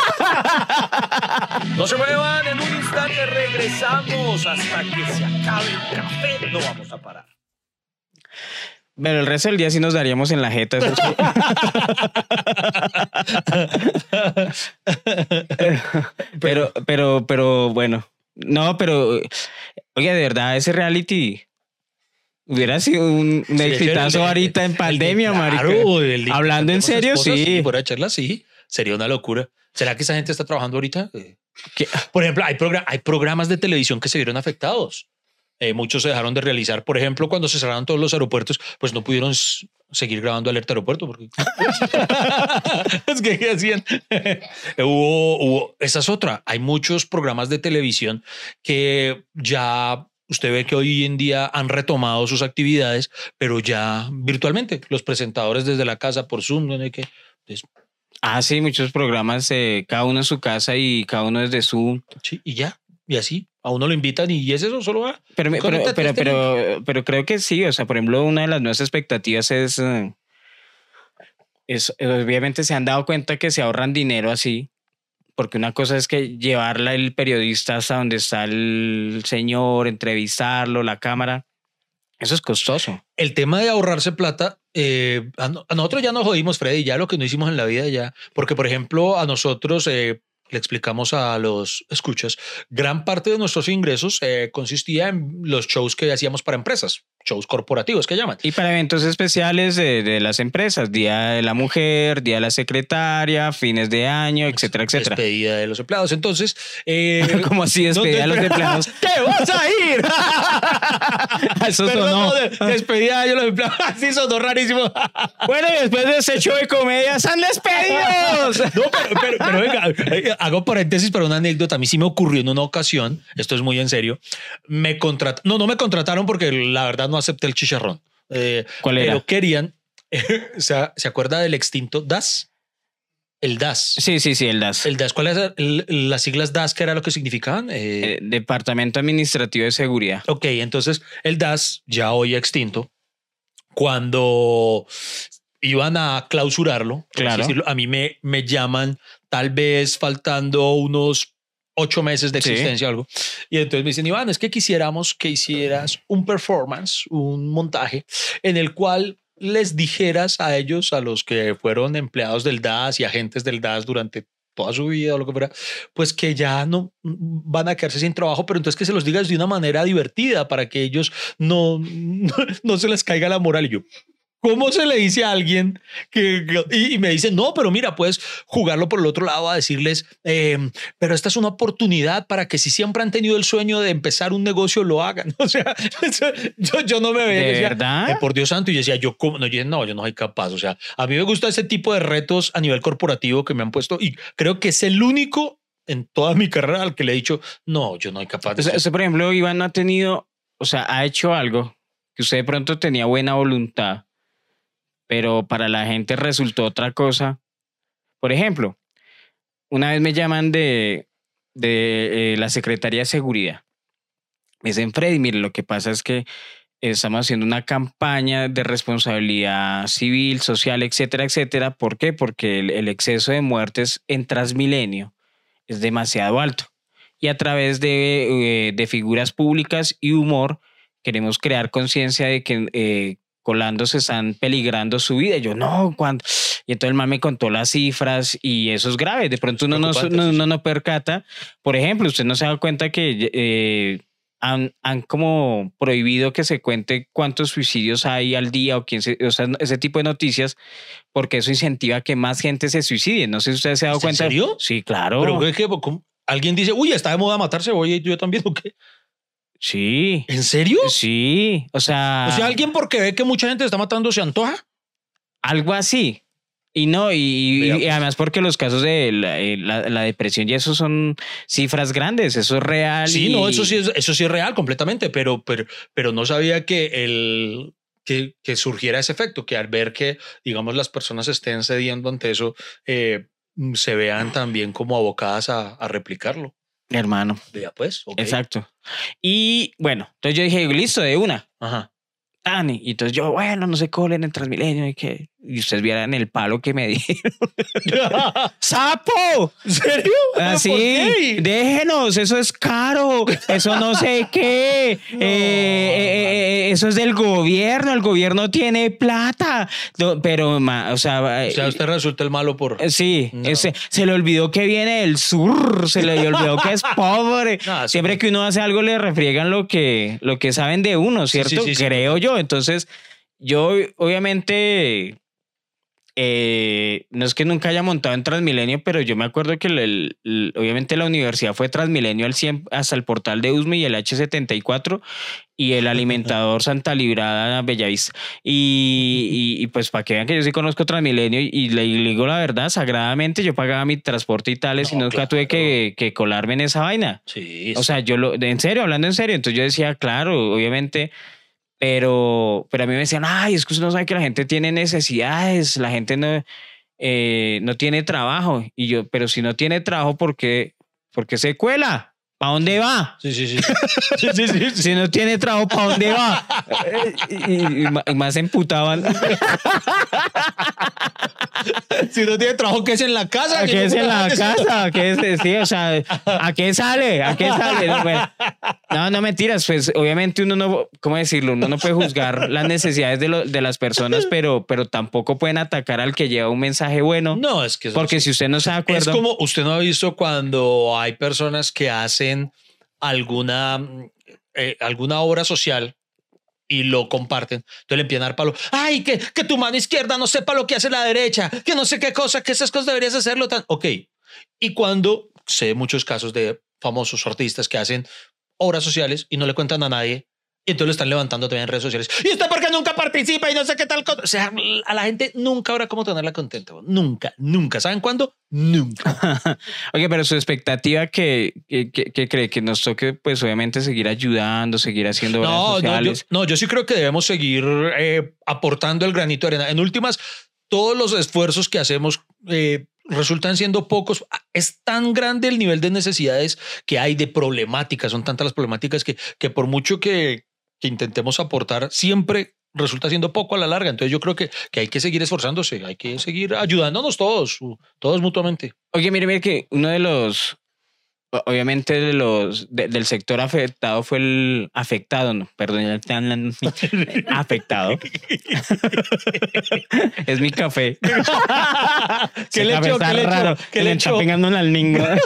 No se muevan, en un instante regresamos hasta que se acabe el café. No vamos a parar. Pero el resto del día sí nos daríamos en la jeta. Eso pero bueno. No, pero oye, de verdad, ese reality hubiera sido un exitazo ahorita en pandemia, marica. Hablando en serio, sí. Fuera de charla, sí. Sería una locura. ¿Será que esa gente está trabajando ahorita? Por ejemplo, hay programas de televisión que se vieron afectados. Muchos se dejaron de realizar. Por ejemplo, cuando se cerraron todos los aeropuertos, pues no pudieron seguir grabando Alerta Aeropuerto. Porque es que ¿qué hacían? Esa es otra. Hay muchos programas de televisión que ya usted ve que hoy en día han retomado sus actividades, pero ya virtualmente. Los presentadores desde la casa por Zoom, ¿no? Sí, muchos programas, cada uno en su casa y cada uno desde Zoom. Sí, y ya. Y así, a uno lo invitan y es eso, solo va. Pero creo que sí, o sea, por ejemplo, una de las nuevas expectativas es obviamente se han dado cuenta que se ahorran dinero así, porque una cosa es que llevarla el periodista hasta donde está el señor, entrevistarlo, la cámara, eso es costoso. El tema de ahorrarse plata, a nosotros ya nos jodimos, Freddy, ya lo que no hicimos en la vida ya, porque por ejemplo a nosotros... le explicamos a los escuchas, gran parte de nuestros ingresos consistía en los shows que hacíamos para empresas, shows corporativos que llaman. Y para eventos especiales de las empresas, Día de la Mujer, Día de la Secretaria, fines de año, etcétera, etcétera. Despedida de los empleados. Entonces... ¿Cómo así despedida de los empleados? ¡Te vas a ir! Eso sonó. Despedida de los empleados. Sí, sonó rarísimo. Bueno, y después de ese show de comedia, ¡están despedidos! No, pero venga, hago paréntesis para una anécdota. A mí sí me ocurrió en una ocasión, esto es muy en serio, no me contrataron porque la verdad no acepté el chicharrón. ¿Cuál era? Pero querían, ¿se acuerda del extinto DAS? El DAS. Sí, el DAS. El DAS, ¿cuáles eran las siglas DAS? ¿Qué era lo que significaban? Departamento Administrativo de Seguridad. Ok, entonces el DAS, ya hoy extinto, cuando iban a clausurarlo, claro, decirlo, a mí me llaman tal vez faltando unos 8 meses de existencia o algo. Y entonces me dicen, Iván, es que quisiéramos que hicieras un performance, un montaje en el cual les dijeras a ellos, a los que fueron empleados del DAS y agentes del DAS durante toda su vida o lo que fuera, pues que ya no van a quedarse sin trabajo, pero entonces que se los digas de una manera divertida para que ellos no se les caiga la moral. Y yo, ¿cómo se le dice a alguien y me dicen, no, pero mira, puedes jugarlo por el otro lado a decirles, pero esta es una oportunidad para que si siempre han tenido el sueño de empezar un negocio, lo hagan? O sea, yo no me veía. ¿De decía, verdad? por Dios santo. Y decía, yo no soy capaz. O sea, a mí me gusta ese tipo de retos a nivel corporativo que me han puesto y creo que es el único en toda mi carrera al que le he dicho, no, yo no soy capaz de eso. Usted, por ejemplo, Iván ha tenido, o sea, ha hecho algo que usted de pronto tenía buena voluntad, pero para la gente resultó otra cosa. Por ejemplo, una vez me llaman de la Secretaría de Seguridad. Me dicen, Freddy, mire, lo que pasa es que estamos haciendo una campaña de responsabilidad civil, social, etcétera, etcétera. ¿Por qué? Porque el exceso de muertes en Transmilenio es demasiado alto. Y a través de figuras públicas y humor queremos crear conciencia de que colándose están peligrando su vida. Y yo, no, ¿cuándo? Y entonces el man me contó las cifras y eso es grave. De pronto uno no percata. Por ejemplo, usted no se da cuenta que han como prohibido que se cuente cuántos suicidios hay al día o sea, ese tipo de noticias, porque eso incentiva que más gente se suicide. No sé si usted se ha dado cuenta. ¿En serio? Sí, claro. Pero alguien dice, uy, está de moda matarse, voy yo también, ¿o qué? Sí. ¿En serio? Sí, o sea, alguien porque ve que mucha gente está matando se antoja. Algo así. Y no, y además porque los casos de la depresión y eso son cifras grandes, eso es real. Sí, no, eso sí es real completamente, pero no sabía que que surgiera ese efecto, que al ver que, digamos, las personas estén cediendo ante eso, se vean también como abocadas a replicarlo. Hermano. Ya pues, okay. Exacto. Y bueno, entonces yo dije, listo, de una. Ajá. Tan, y entonces yo, bueno, no se colen en Transmilenio y ustedes vieran el palo que me dieron. ¡Sapo! ¿En serio? Así, ¿Por qué? déjenos, eso es caro, eso no sé qué, eso es del gobierno, el gobierno tiene plata, no, pero, o sea, O sea, usted resulta el malo por... sí, No. se le olvidó que viene del sur, se le olvidó que es pobre. No, Siempre que uno hace algo le refriegan lo que saben de uno, ¿cierto? sí, Creo yo. Entonces, yo obviamente no es que nunca haya montado en Transmilenio, pero yo me acuerdo que obviamente la universidad fue Transmilenio hasta el portal de Usme y el H74 y el alimentador Santa Librada Bellavista. Y pues para que vean que yo sí conozco Transmilenio y le digo la verdad, sagradamente yo pagaba mi transporte y tales y nunca claro. tuve que colarme en esa vaina. Sí. O sea, en serio, hablando en serio, entonces yo decía, claro, obviamente... Pero a mí me decían, ay, es que usted no sabe que la gente tiene necesidades, la gente no tiene trabajo. Y yo, pero si no tiene trabajo, ¿por qué se cuela? ¿Para dónde va? Sí. Sí. Si no tiene trabajo, ¿para dónde va? Y más emputaban. Si no tiene trabajo, ¿qué es en la casa? ¿A qué es en la casa? ¿A qué es? Sí, o sea, ¿a qué sale? ¿A qué sale? Bueno, no mentiras, pues obviamente uno no, ¿cómo decirlo? Uno no puede juzgar las necesidades de las personas, pero tampoco pueden atacar al que lleva un mensaje bueno. No, es que... Porque si usted no está de acuerdo... Es como, usted no ha visto cuando hay personas que hacen alguna obra social y lo comparten, entonces le empiezan a dar palo. Ay, que tu mano izquierda no sepa lo que hace la derecha, que no sé qué cosa, que esas cosas deberías hacerlo tan... Ok. Y cuando sé muchos casos de famosos artistas que hacen obras sociales y no le cuentan a nadie, y entonces lo están levantando también en redes sociales. ¿Y usted por qué nunca participa y no sé qué tal cosa? O sea, a la gente nunca habrá cómo tenerla contenta. Nunca. ¿Saben cuándo? Nunca. Oye, pero su expectativa que cree que nos toque, pues obviamente seguir ayudando, seguir haciendo obras sociales. Yo sí creo que debemos seguir aportando el granito de arena. En últimas, todos los esfuerzos que hacemos resultan siendo pocos. Es tan grande el nivel de necesidades que hay, de problemáticas, son tantas las problemáticas que por mucho que intentemos aportar, siempre resulta siendo poco a la larga. Entonces yo creo que hay que seguir esforzándose, hay que seguir ayudándonos todos mutuamente. Oye, mire que uno de los, obviamente del sector afectado fue el afectado, no, perdón, afectado. Es mi café. ¿Qué le echó? ¿Qué le echó? Está pegando en la lengua.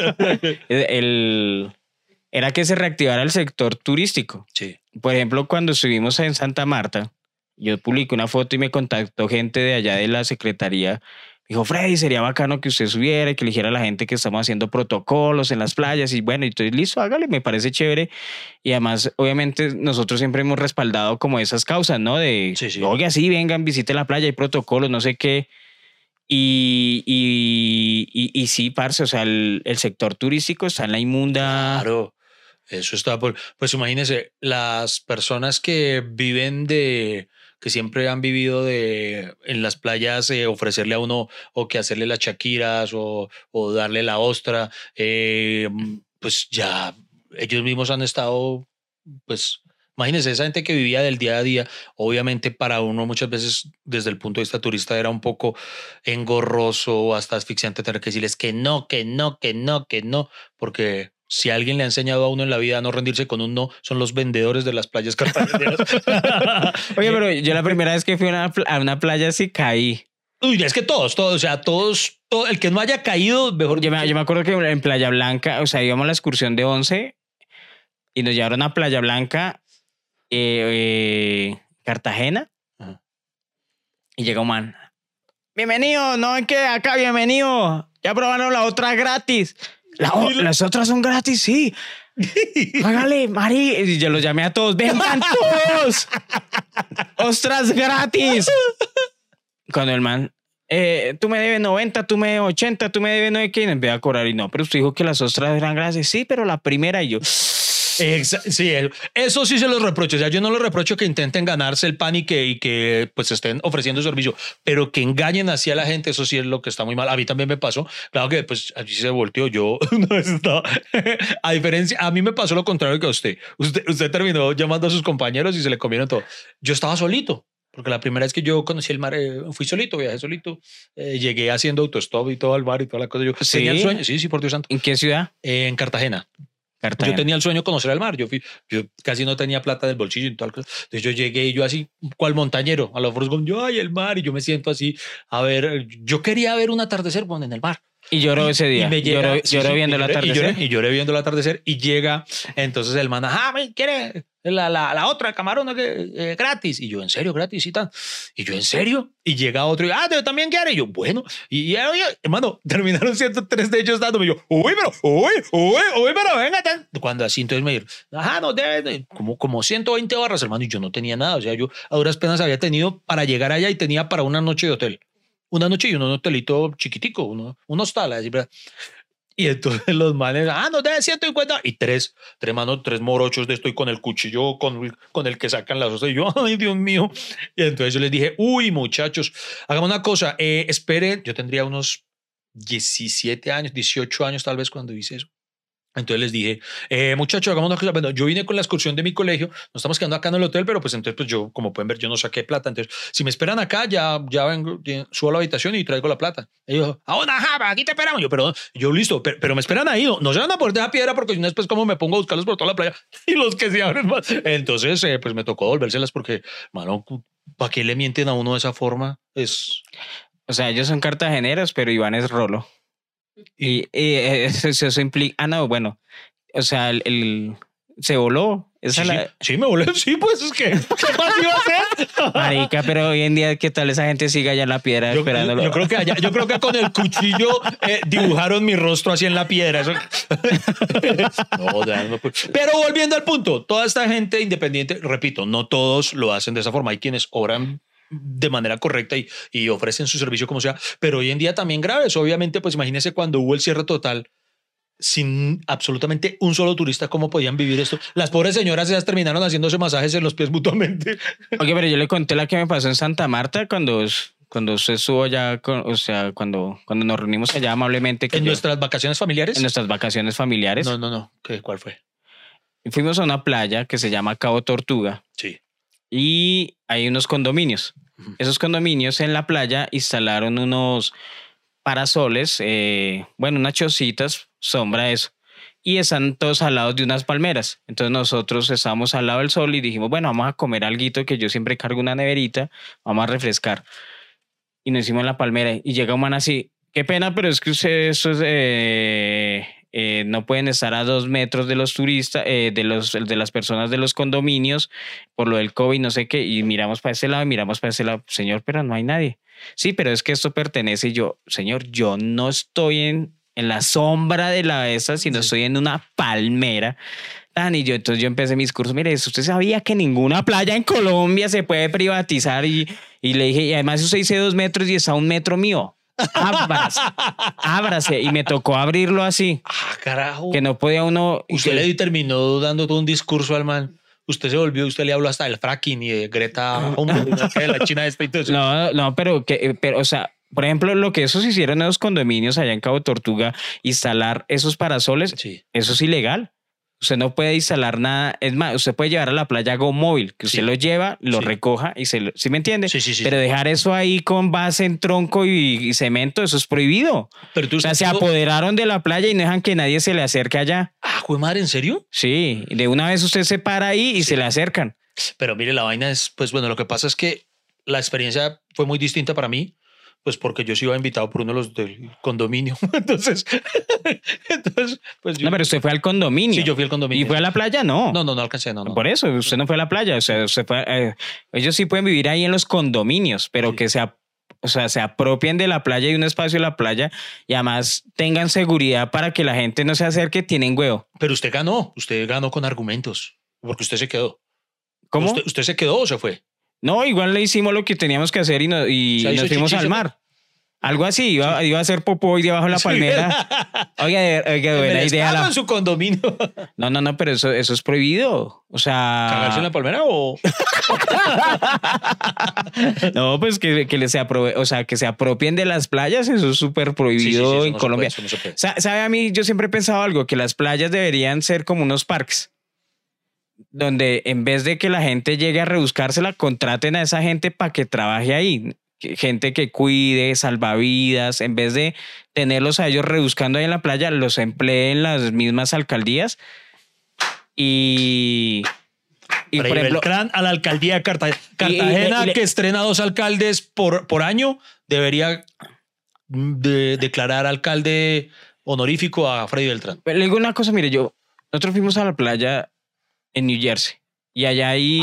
Era que se reactivara el sector turístico. Sí. Por ejemplo, cuando estuvimos en Santa Marta, yo publiqué una foto y me contactó gente de allá de la secretaría. Dijo, Freddy, sería bacano que usted subiera y que le dijera a la gente que estamos haciendo protocolos en las playas. Y bueno, entonces listo, hágale, me parece chévere. Y además, obviamente, nosotros siempre hemos respaldado como esas causas, ¿no? De, Sí. oiga, sí, vengan, visite la playa, hay protocolos, no sé qué. Y sí, parce, o sea, el sector turístico está en la inmunda. Claro, eso está por... Pues imagínese, las personas que viven que siempre han vivido en las playas, ofrecerle a uno o que hacerle las chaquiras o darle la ostra, pues ya ellos mismos han estado, pues imagínense, esa gente que vivía del día a día, obviamente para uno muchas veces desde el punto de vista turista era un poco engorroso o hasta asfixiante tener que decirles que no, porque... Si alguien le ha enseñado a uno en la vida a no rendirse con un no, son los vendedores de las playas cartageneras. Oye, pero yo la primera vez que fui a una playa sí caí. Uy, es que todo, el que no haya caído, mejor. Yo me acuerdo que en Playa Blanca, o sea, íbamos a la excursión de 11 y nos llevaron a Playa Blanca, Cartagena. Ajá. Y llega un man. Bienvenido, no es que acá, bienvenido. Ya probaron la otra gratis. Las otras son gratis, sí. Hágale, Mari. Y yo los llamé a todos. ¡Vengan todos! ¡Ostras gratis! Cuando el man, tú me debes 90, tú me debes 80, tú me debes no sé qué. Y me empecé a cobrar. Y no, pero usted dijo que las ostras eran gratis. Sí, pero la primera. Y yo, Sí, eso sí se los reprocho. O sea, yo no los reprocho que intenten ganarse el pan y que pues estén ofreciendo servicio, pero que engañen así a la gente, eso sí es lo que está muy mal. A mí también me pasó. Claro que pues allí se volteó. Yo una vez estaba, a diferencia, a mí me pasó lo contrario que a usted. Usted terminó llamando a sus compañeros y se le comieron todo. Yo estaba solito. Porque la primera vez que yo conocí el mar, fui solito, viajé solito, llegué haciendo autostop y todo al mar y toda la cosa. Yo tenía el sueño, sí, por Dios santo. ¿En qué ciudad? En Cartagena. Cartagena. Yo tenía el sueño de conocer el mar. Yo casi no tenía plata del bolsillo y tal cosa. Entonces yo llegué y yo así, cual montañero, a los Forrest Gump, yo, ay, el mar, y yo me siento así, a ver, yo quería ver un atardecer bueno, en el mar. Y lloró ese día. Lloró viendo el atardecer. Y lloré viendo el atardecer y llega entonces el man, ¿quiere la otra camarón gratis? Y yo, ¿en serio gratis? Y tal. Y yo, ¿en serio? Y llega otro y, ¿tú también quieres? Y yo, bueno. Y hermano, terminaron siendo 3 de ellos dándome. Y yo, pero venga. Cuando así entonces me dijeron, no, debe como 120 barras, hermano. Y yo no tenía nada. O sea, yo a duras penas había tenido para llegar allá y tenía para una noche de hotel. Una noche y un hotelito chiquitico, un hostal, así, ¿verdad? Y entonces los manes, no, debe 150. Y tres morochos de esto y con el cuchillo con el que sacan las osas. Y yo, ay, Dios mío. Y entonces yo les dije, uy, muchachos, hagamos una cosa, esperen, yo tendría unos 17 años, 18 años tal vez cuando hice eso. Entonces les dije, muchachos, hagamos una cosa. Bueno, yo vine con la excursión de mi colegio, nos estamos quedando acá en el hotel, pero pues entonces pues yo, como pueden ver, yo no saqué plata. Entonces, si me esperan acá, ya vengo, subo a la habitación y traigo la plata. Ellos, aquí te esperamos. Yo listo, pero me esperan ahí, no se van a poner de esa piedra porque si no después como me pongo a buscarlos por toda la playa y los que se abren más. Entonces, pues me tocó devolvérselas porque, mano, ¿para qué le mienten a uno de esa forma? O sea, ellos son cartageneros, pero Iván es rolo. Y eso implica. No, bueno. O sea, se voló. Sí, me voló. Sí, pues es que. ¿Qué más iba a hacer? Marica, pero hoy en día, ¿qué tal esa gente sigue allá en la piedra esperándolo? Yo creo que con el cuchillo dibujaron mi rostro así en la piedra. Eso... no, pues. Pero volviendo al punto, toda esta gente independiente, repito, no todos lo hacen de esa forma. Hay quienes obran de manera correcta y ofrecen su servicio como sea, pero hoy en día también graves. Obviamente, pues imagínense cuando hubo el cierre total sin absolutamente un solo turista, ¿cómo podían vivir esto? Las pobres señoras ya terminaron haciéndose masajes en los pies mutuamente. Oye, pero yo le conté la que me pasó en Santa Marta cuando usted estuvo allá, o sea, cuando nos reunimos allá amablemente. ¿En nuestras vacaciones familiares? En nuestras vacaciones familiares. No. ¿Cuál fue? Fuimos a una playa que se llama Cabo Tortuga. Sí. Y hay unos condominios. Esos condominios en la playa instalaron unos parasoles, unas chocitas, sombra eso. Y están todos al lado de unas palmeras. Entonces nosotros estábamos al lado del sol y dijimos, bueno, vamos a comer alguito, que yo siempre cargo una neverita, vamos a refrescar. Y nos hicimos en la palmera y llega un man así, qué pena, pero es que ustedes no pueden estar a 2 metros de los turistas, de las personas de los condominios por lo del COVID, no sé qué, y miramos para ese lado, señor, pero no hay nadie. Sí, pero es que esto pertenece, señor, yo no estoy en la sombra de la esa, sino estoy en una palmera. Entonces yo empecé mi discurso, mire, usted sabía que ninguna playa en Colombia se puede privatizar y le dije, y además usted dice 2 metros y está a 1 metro mío. Ábrase. Y me tocó abrirlo así. Carajo. Que no podía uno. Usted le terminó dando todo un discurso al man. Usted se volvió, usted le habló hasta del fracking y de Greta Thunberg, de la China esta y todo eso. No, pero, o sea, por ejemplo, lo que esos hicieron en los condominios allá en Cabo Tortuga, instalar esos parasoles, sí. Eso es ilegal. Usted no puede instalar nada. Es más, usted puede llevar a la playa Go Móvil, que usted lo lleva, lo recoja y ¿sí me entiende? Sí. Pero dejar eso ahí con base en tronco y cemento, eso es prohibido. Pero o sea, se apoderaron de la playa y no dejan que nadie se le acerque allá. ¿Jue madre, en serio? Sí, de una vez usted se para ahí y se le acercan. Pero mire, la vaina es, pues bueno, lo que pasa es que la experiencia fue muy distinta para mí. Pues porque yo sí iba invitado por uno de los del condominio. Entonces, pues yo... No, pero usted fue al condominio. Sí, yo fui al condominio. ¿Y fue a la playa? No. No alcancé, no. Por eso, usted no fue a la playa. O sea, usted fue, ellos sí pueden vivir ahí en los condominios, pero sí. Que se apropien de la playa y un espacio de la playa y además tengan seguridad para que la gente no se acerque, tienen huevo. Pero usted ganó con argumentos, porque usted se quedó. ¿Cómo? ¿Usted se quedó o se fue? No, igual le hicimos lo que teníamos que hacer y nos fuimos al mar. Algo así, iba a hacer popó y debajo de la palmera. Oiga, buena idea. En su condominio. No, pero eso es prohibido. O sea. ¿Cagarse en la palmera o...? No, pues que se apropien de las playas, eso es súper prohibido en Colombia. Eso no se puede. ¿Sabe? A mí yo siempre he pensado algo, que las playas deberían ser como unos parques, donde en vez de que la gente llegue a rebuscársela, contraten a esa gente para que trabaje ahí. Gente que cuide, salvavidas, en vez de tenerlos a ellos rebuscando ahí en la playa, los empleen las mismas alcaldías. Y Freddy por ejemplo, Beltrán a la alcaldía de Cartagena, que estrena 2 alcaldes por año, debería declarar alcalde honorífico a Freddy Beltrán. le digo una cosa, mire, nosotros fuimos a la playa en New Jersey y allá hay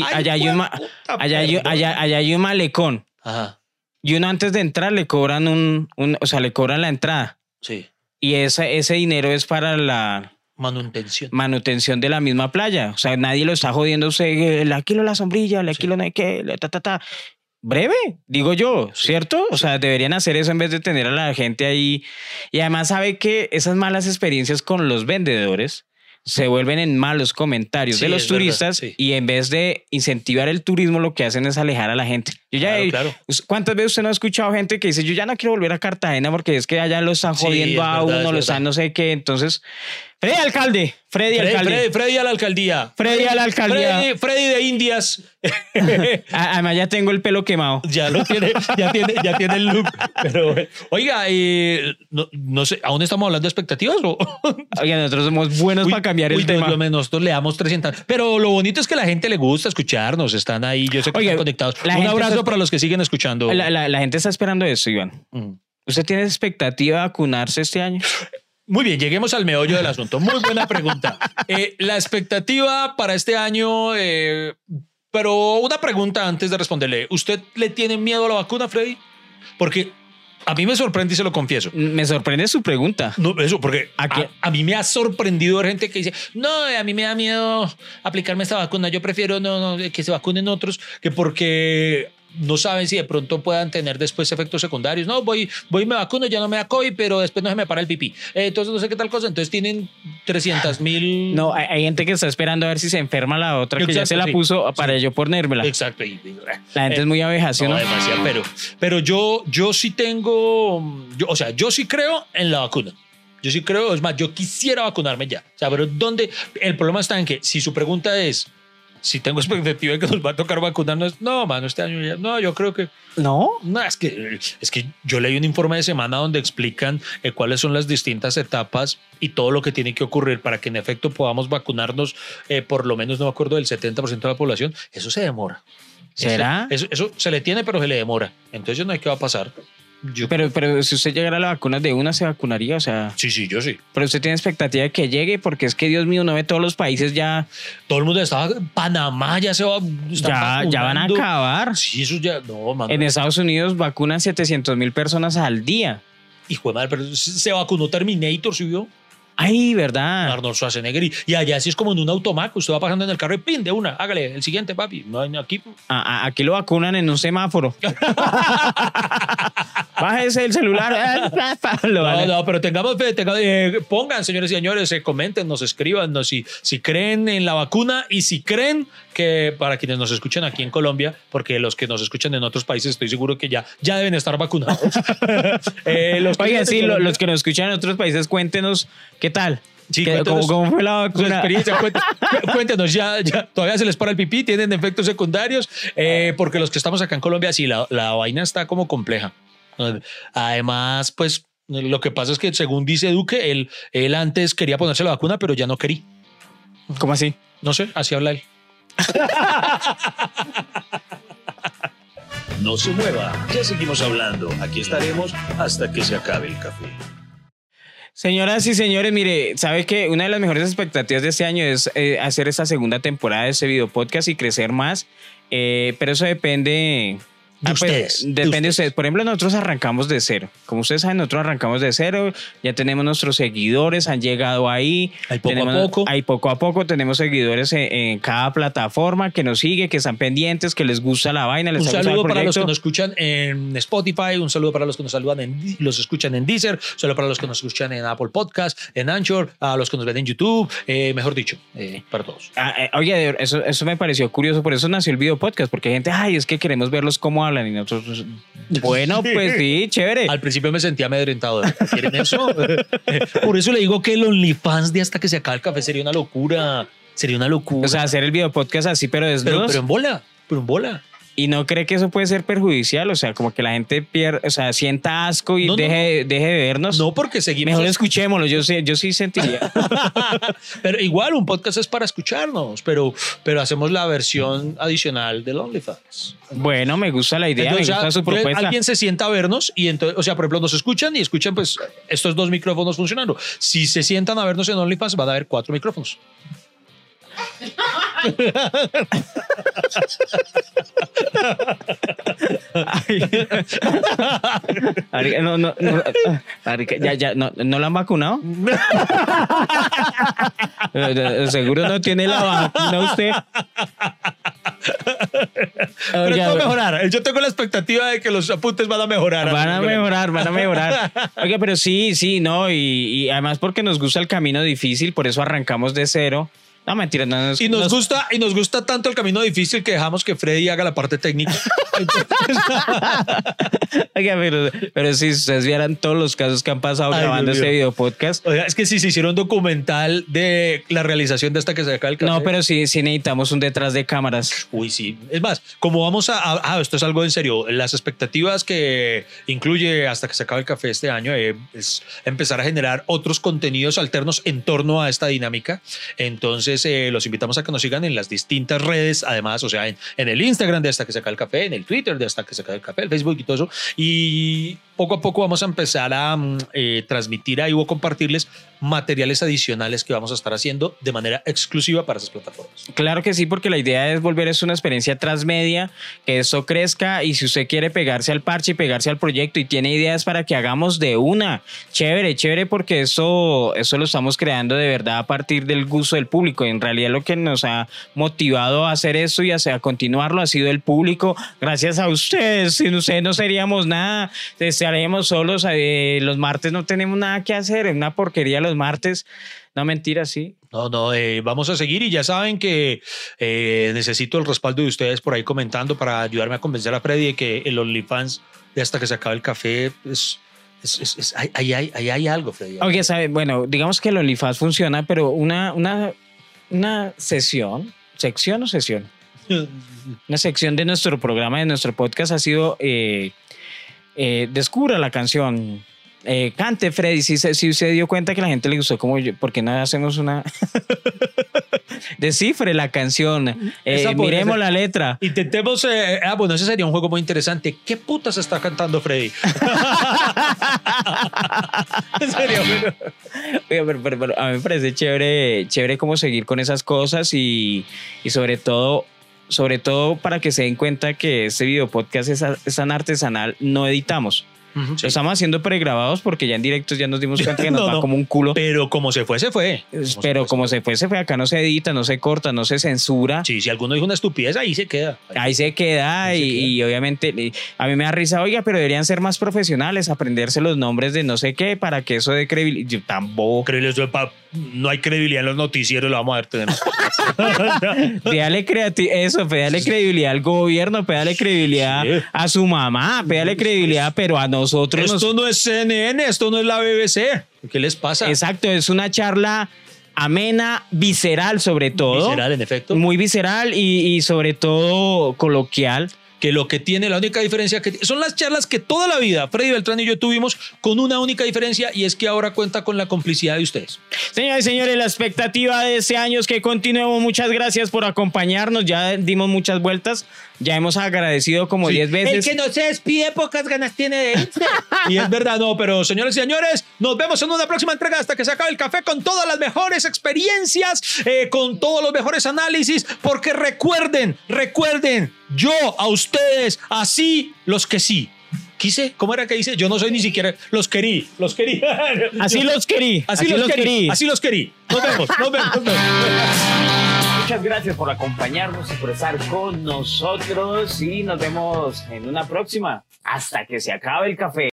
un malecón. Ajá. Y uno antes de entrar le cobran le cobran la entrada. Sí. Y ese dinero es para la manutención de la misma playa. O sea, nadie lo está jodiendo. Le alquilo la sombrilla, le alquilo no hay qué, breve, digo yo, ¿cierto? O sea, deberían hacer eso en vez de tener a la gente ahí. Y además sabe que esas malas experiencias con los vendedores se vuelven en malos comentarios de los turistas, verdad, sí. Y en vez de incentivar el turismo, lo que hacen es alejar a la gente. Claro. ¿Cuántas veces usted no ha escuchado gente que dice, yo ya no quiero volver a Cartagena porque es que allá lo están jodiendo a uno, lo están no sé qué? Entonces, Freddy alcalde. Freddy a la alcaldía. Freddy de Indias. Además ya tengo el pelo quemado. Ya tiene el look. Pero, oiga, no sé, ¿aún estamos hablando de expectativas? Oiga, nosotros somos buenos para cambiar el tema. Nosotros le damos 300. Pero lo bonito es que la gente le gusta escucharnos, están ahí, yo sé que están conectados. Un abrazo para los que siguen escuchando. La gente está esperando eso, Iván. ¿Usted tiene expectativa de vacunarse este año? Muy bien, lleguemos al meollo del asunto. Muy buena pregunta. La expectativa para este año, pero una pregunta antes de responderle. ¿Usted le tiene miedo a la vacuna, Freddy? Porque a mí me sorprende y se lo confieso. Me sorprende su pregunta. No, eso, porque a mí me ha sorprendido ver gente que dice, no, a mí me da miedo aplicarme esta vacuna. Yo prefiero no que se vacunen otros, que porque no saben si de pronto puedan tener después efectos secundarios. No, voy y me vacuno, ya no me da COVID, pero después no se me para el pipí. Entonces no sé qué tal cosa. Entonces tienen 300,000. No, hay gente que está esperando a ver si se enferma la otra. Exacto, que ya se la puso para yo ponérmela. Exacto. La gente es muy abejación. No, demasiado, pero yo sí tengo, yo sí creo en la vacuna. Yo sí creo, es más, yo quisiera vacunarme ya. O sea, pero ¿dónde? El problema está en que si su pregunta es si tengo expectativa de que nos va a tocar vacunarnos, no, mano, este año ya, no, yo creo que no, es que yo leí un informe de semana donde explican cuáles son las distintas etapas y todo lo que tiene que ocurrir para que en efecto podamos vacunarnos, por lo menos no me acuerdo del 70% de la población. Eso se demora. ¿Será? Eso se le tiene, pero se le demora. Entonces yo no sé qué va a pasar. Pero si usted llegara a la vacuna de una, ¿se vacunaría? O sea, sí, yo sí. Pero usted tiene expectativa de que llegue, porque es que, Dios mío, no ve todos los países ya. Todo el mundo estaba. Panamá ya se va. Ya van a acabar. Sí, eso ya. No, mano. En Estados Unidos vacunan 700,000 personas al día. Hijo de madre, pero se vacunó Terminator, ¿sí vio? Ay, ¿verdad? Arnold Schwarzenegger. Y allá sí es como en un automac. Usted va pasando en el carro y ¡pin! De una. Hágale, el siguiente, papi. No hay aquí. Aquí lo vacunan en un semáforo. Bájese el celular. No, pero tengamos fe. Pongan, señores y señores, comenten, nos escriban si creen en la vacuna y si creen que para quienes nos escuchan aquí en Colombia, porque los que nos escuchan en otros países estoy seguro que ya deben estar vacunados. Oigan, sí, los que nos escuchan en otros países, cuéntenos qué tal. Sí, ¿Cómo fue la vacuna? Su experiencia, cuéntenos, ya todavía se les para el pipí, tienen efectos secundarios, porque los que estamos acá en Colombia, sí, la vaina está como compleja. Además, pues lo que pasa es que según dice Duque, él antes quería ponerse la vacuna, pero ya no quería. ¿Cómo así? No sé, así habla él. No se mueva, ya seguimos hablando. Aquí estaremos hasta que se acabe el café. Señoras y señores, mire, sabe que una de las mejores expectativas de este año es hacer esta segunda temporada de este video podcast y crecer más, pero eso depende De ustedes. Depende de ustedes. Por ejemplo, nosotros arrancamos de cero. Como ustedes saben, nosotros arrancamos de cero. Ya tenemos nuestros seguidores, han llegado ahí. Ahí poco a poco. Tenemos seguidores en cada plataforma que nos sigue, que están pendientes, que les gusta la vaina. Les Un ha gustado saludo el para los proyecto. que nos escuchan en Spotify, un saludo para los que nos los escuchan en Deezer, un saludo para los que nos escuchan en Apple Podcast, en Anchor, a los que nos ven en YouTube, mejor dicho, para todos. Oye, eso me pareció curioso, por eso nació el video podcast, porque hay gente, ay, es que queremos verlos cómo hablan y nosotros, bueno, pues sí, chévere. Al principio me sentía amedrentado. ¿Quieren eso? Por eso le digo que el OnlyFans de hasta que se acabe el café sería una locura. Sería una locura. O sea, hacer el video podcast así, pero desnudos. pero en bola. ¿Y no cree que eso puede ser perjudicial? O sea, como que la gente pierde, o sea, sienta asco y No, deje de vernos. No, porque seguimos. Mejor escuchémoslo, yo sí sentiría. Pero igual, un podcast es para escucharnos, pero hacemos la versión adicional del OnlyFans. Bueno, me gusta la idea, Entonces, me gusta su propuesta. Alguien se sienta a vernos y entonces, o sea, por ejemplo, nos escuchan y escuchan pues estos 2 micrófonos funcionando. Si se sientan a vernos en OnlyFans, van a haber 4 micrófonos. Ay. ¿No la han vacunado? Seguro no tiene la vacuna usted. Pero esto va a mejorar. Yo tengo la expectativa de que los apuntes van a mejorar. Van a mejorar. Oiga, pero sí, no, y además porque nos gusta el camino difícil, por eso arrancamos de cero. No, mentira, no. Y nos gusta tanto el camino difícil que dejamos que Freddy haga la parte técnica. Oiga, pero si ustedes vieran todos los casos que han pasado grabando este video podcast. Oiga, es que si se hiciera un documental de la realización de esta que se acaba el café. No, pero sí necesitamos un detrás de cámaras. Uy, sí. Es más, como vamos esto es algo en serio. Las expectativas que incluye hasta que se acabe el café este año es empezar a generar otros contenidos alternos en torno a esta dinámica. Entonces, los invitamos a que nos sigan en las distintas redes, además, o sea, en el Instagram de Hasta que se acabe el café, en el Twitter de Hasta que se acabe el café, el Facebook y todo eso. Y poco a poco vamos a empezar a transmitir ahí o compartirles materiales adicionales que vamos a estar haciendo de manera exclusiva para esas plataformas. Claro que sí, porque la idea es volver eso una experiencia transmedia, que eso crezca, y si usted quiere pegarse al parche y pegarse al proyecto y tiene ideas para que hagamos de una, chévere, porque eso lo estamos creando de verdad a partir del gusto del público. En realidad lo que nos ha motivado a hacer esto y a continuarlo ha sido el público. Gracias a ustedes, sin ustedes no seríamos nada, estaríamos solos. Los martes no tenemos nada que hacer, es una porquería los martes. No, mentira, sí. No, vamos a seguir y ya saben que necesito el respaldo de ustedes por ahí comentando para ayudarme a convencer a Freddy de que el OnlyFans de Hasta que se acabe el café ahí hay algo, Freddy. Oye, ¿sabe? Bueno, digamos que el OnlyFans funciona, pero una sección o sesión. Una sección de nuestro programa, de nuestro podcast ha sido descubra la canción. Cante, Freddy, si se dio cuenta que la gente le gustó, como yo, ¿por qué no hacemos una? Descifre la canción, miremos la letra. Intentemos, bueno, ese sería un juego muy interesante. ¿Qué putas está cantando Freddy? En serio. Pero a mí me parece chévere cómo seguir con esas cosas y sobre todo para que se den cuenta que este video podcast es tan artesanal, no editamos. Sí. Lo estamos haciendo pregrabados porque ya en directos ya nos dimos cuenta que nos va como un culo. Pero como se fue, se fue. Como se fue. Acá no se edita, no se corta, no se censura. Sí, si alguno dijo una estupidez, ahí se queda. Ahí se queda y obviamente a mí me da risa, oiga, pero deberían ser más profesionales, aprenderse los nombres de no sé qué para que eso dé credibilidad. Tampoco. No hay credibilidad en los noticieros, lo vamos a ver tener. Dale credibilidad al gobierno, dale credibilidad a su mamá, dale credibilidad, pero a nosotros. Esto no es CNN, esto no es la BBC. ¿Qué les pasa? Exacto, es una charla amena, visceral sobre todo. Visceral, en efecto. Muy visceral y sobre todo coloquial. Que lo que tiene, la única diferencia que son las charlas que toda la vida Freddy Beltrán y yo tuvimos, con una única diferencia, y es que ahora cuenta con la complicidad de ustedes. Señoras y señores, la expectativa de este año es que continuemos. Muchas gracias por acompañarnos. Ya dimos muchas vueltas. Ya hemos agradecido como 10 veces. El que no se despide, pocas ganas tiene de irse. Y es verdad, no, pero señores y señores, nos vemos en una próxima entrega hasta que se acabe el café con todas las mejores experiencias, con todos los mejores análisis, porque recuerden, yo a ustedes, así los que sí. Quise, ¿cómo era que dice? Yo no soy ni siquiera, los querí. Así los querí. Así los querí. Nos vemos. Muchas gracias por acompañarnos y por estar con nosotros y nos vemos en una próxima. Hasta que se acabe el café.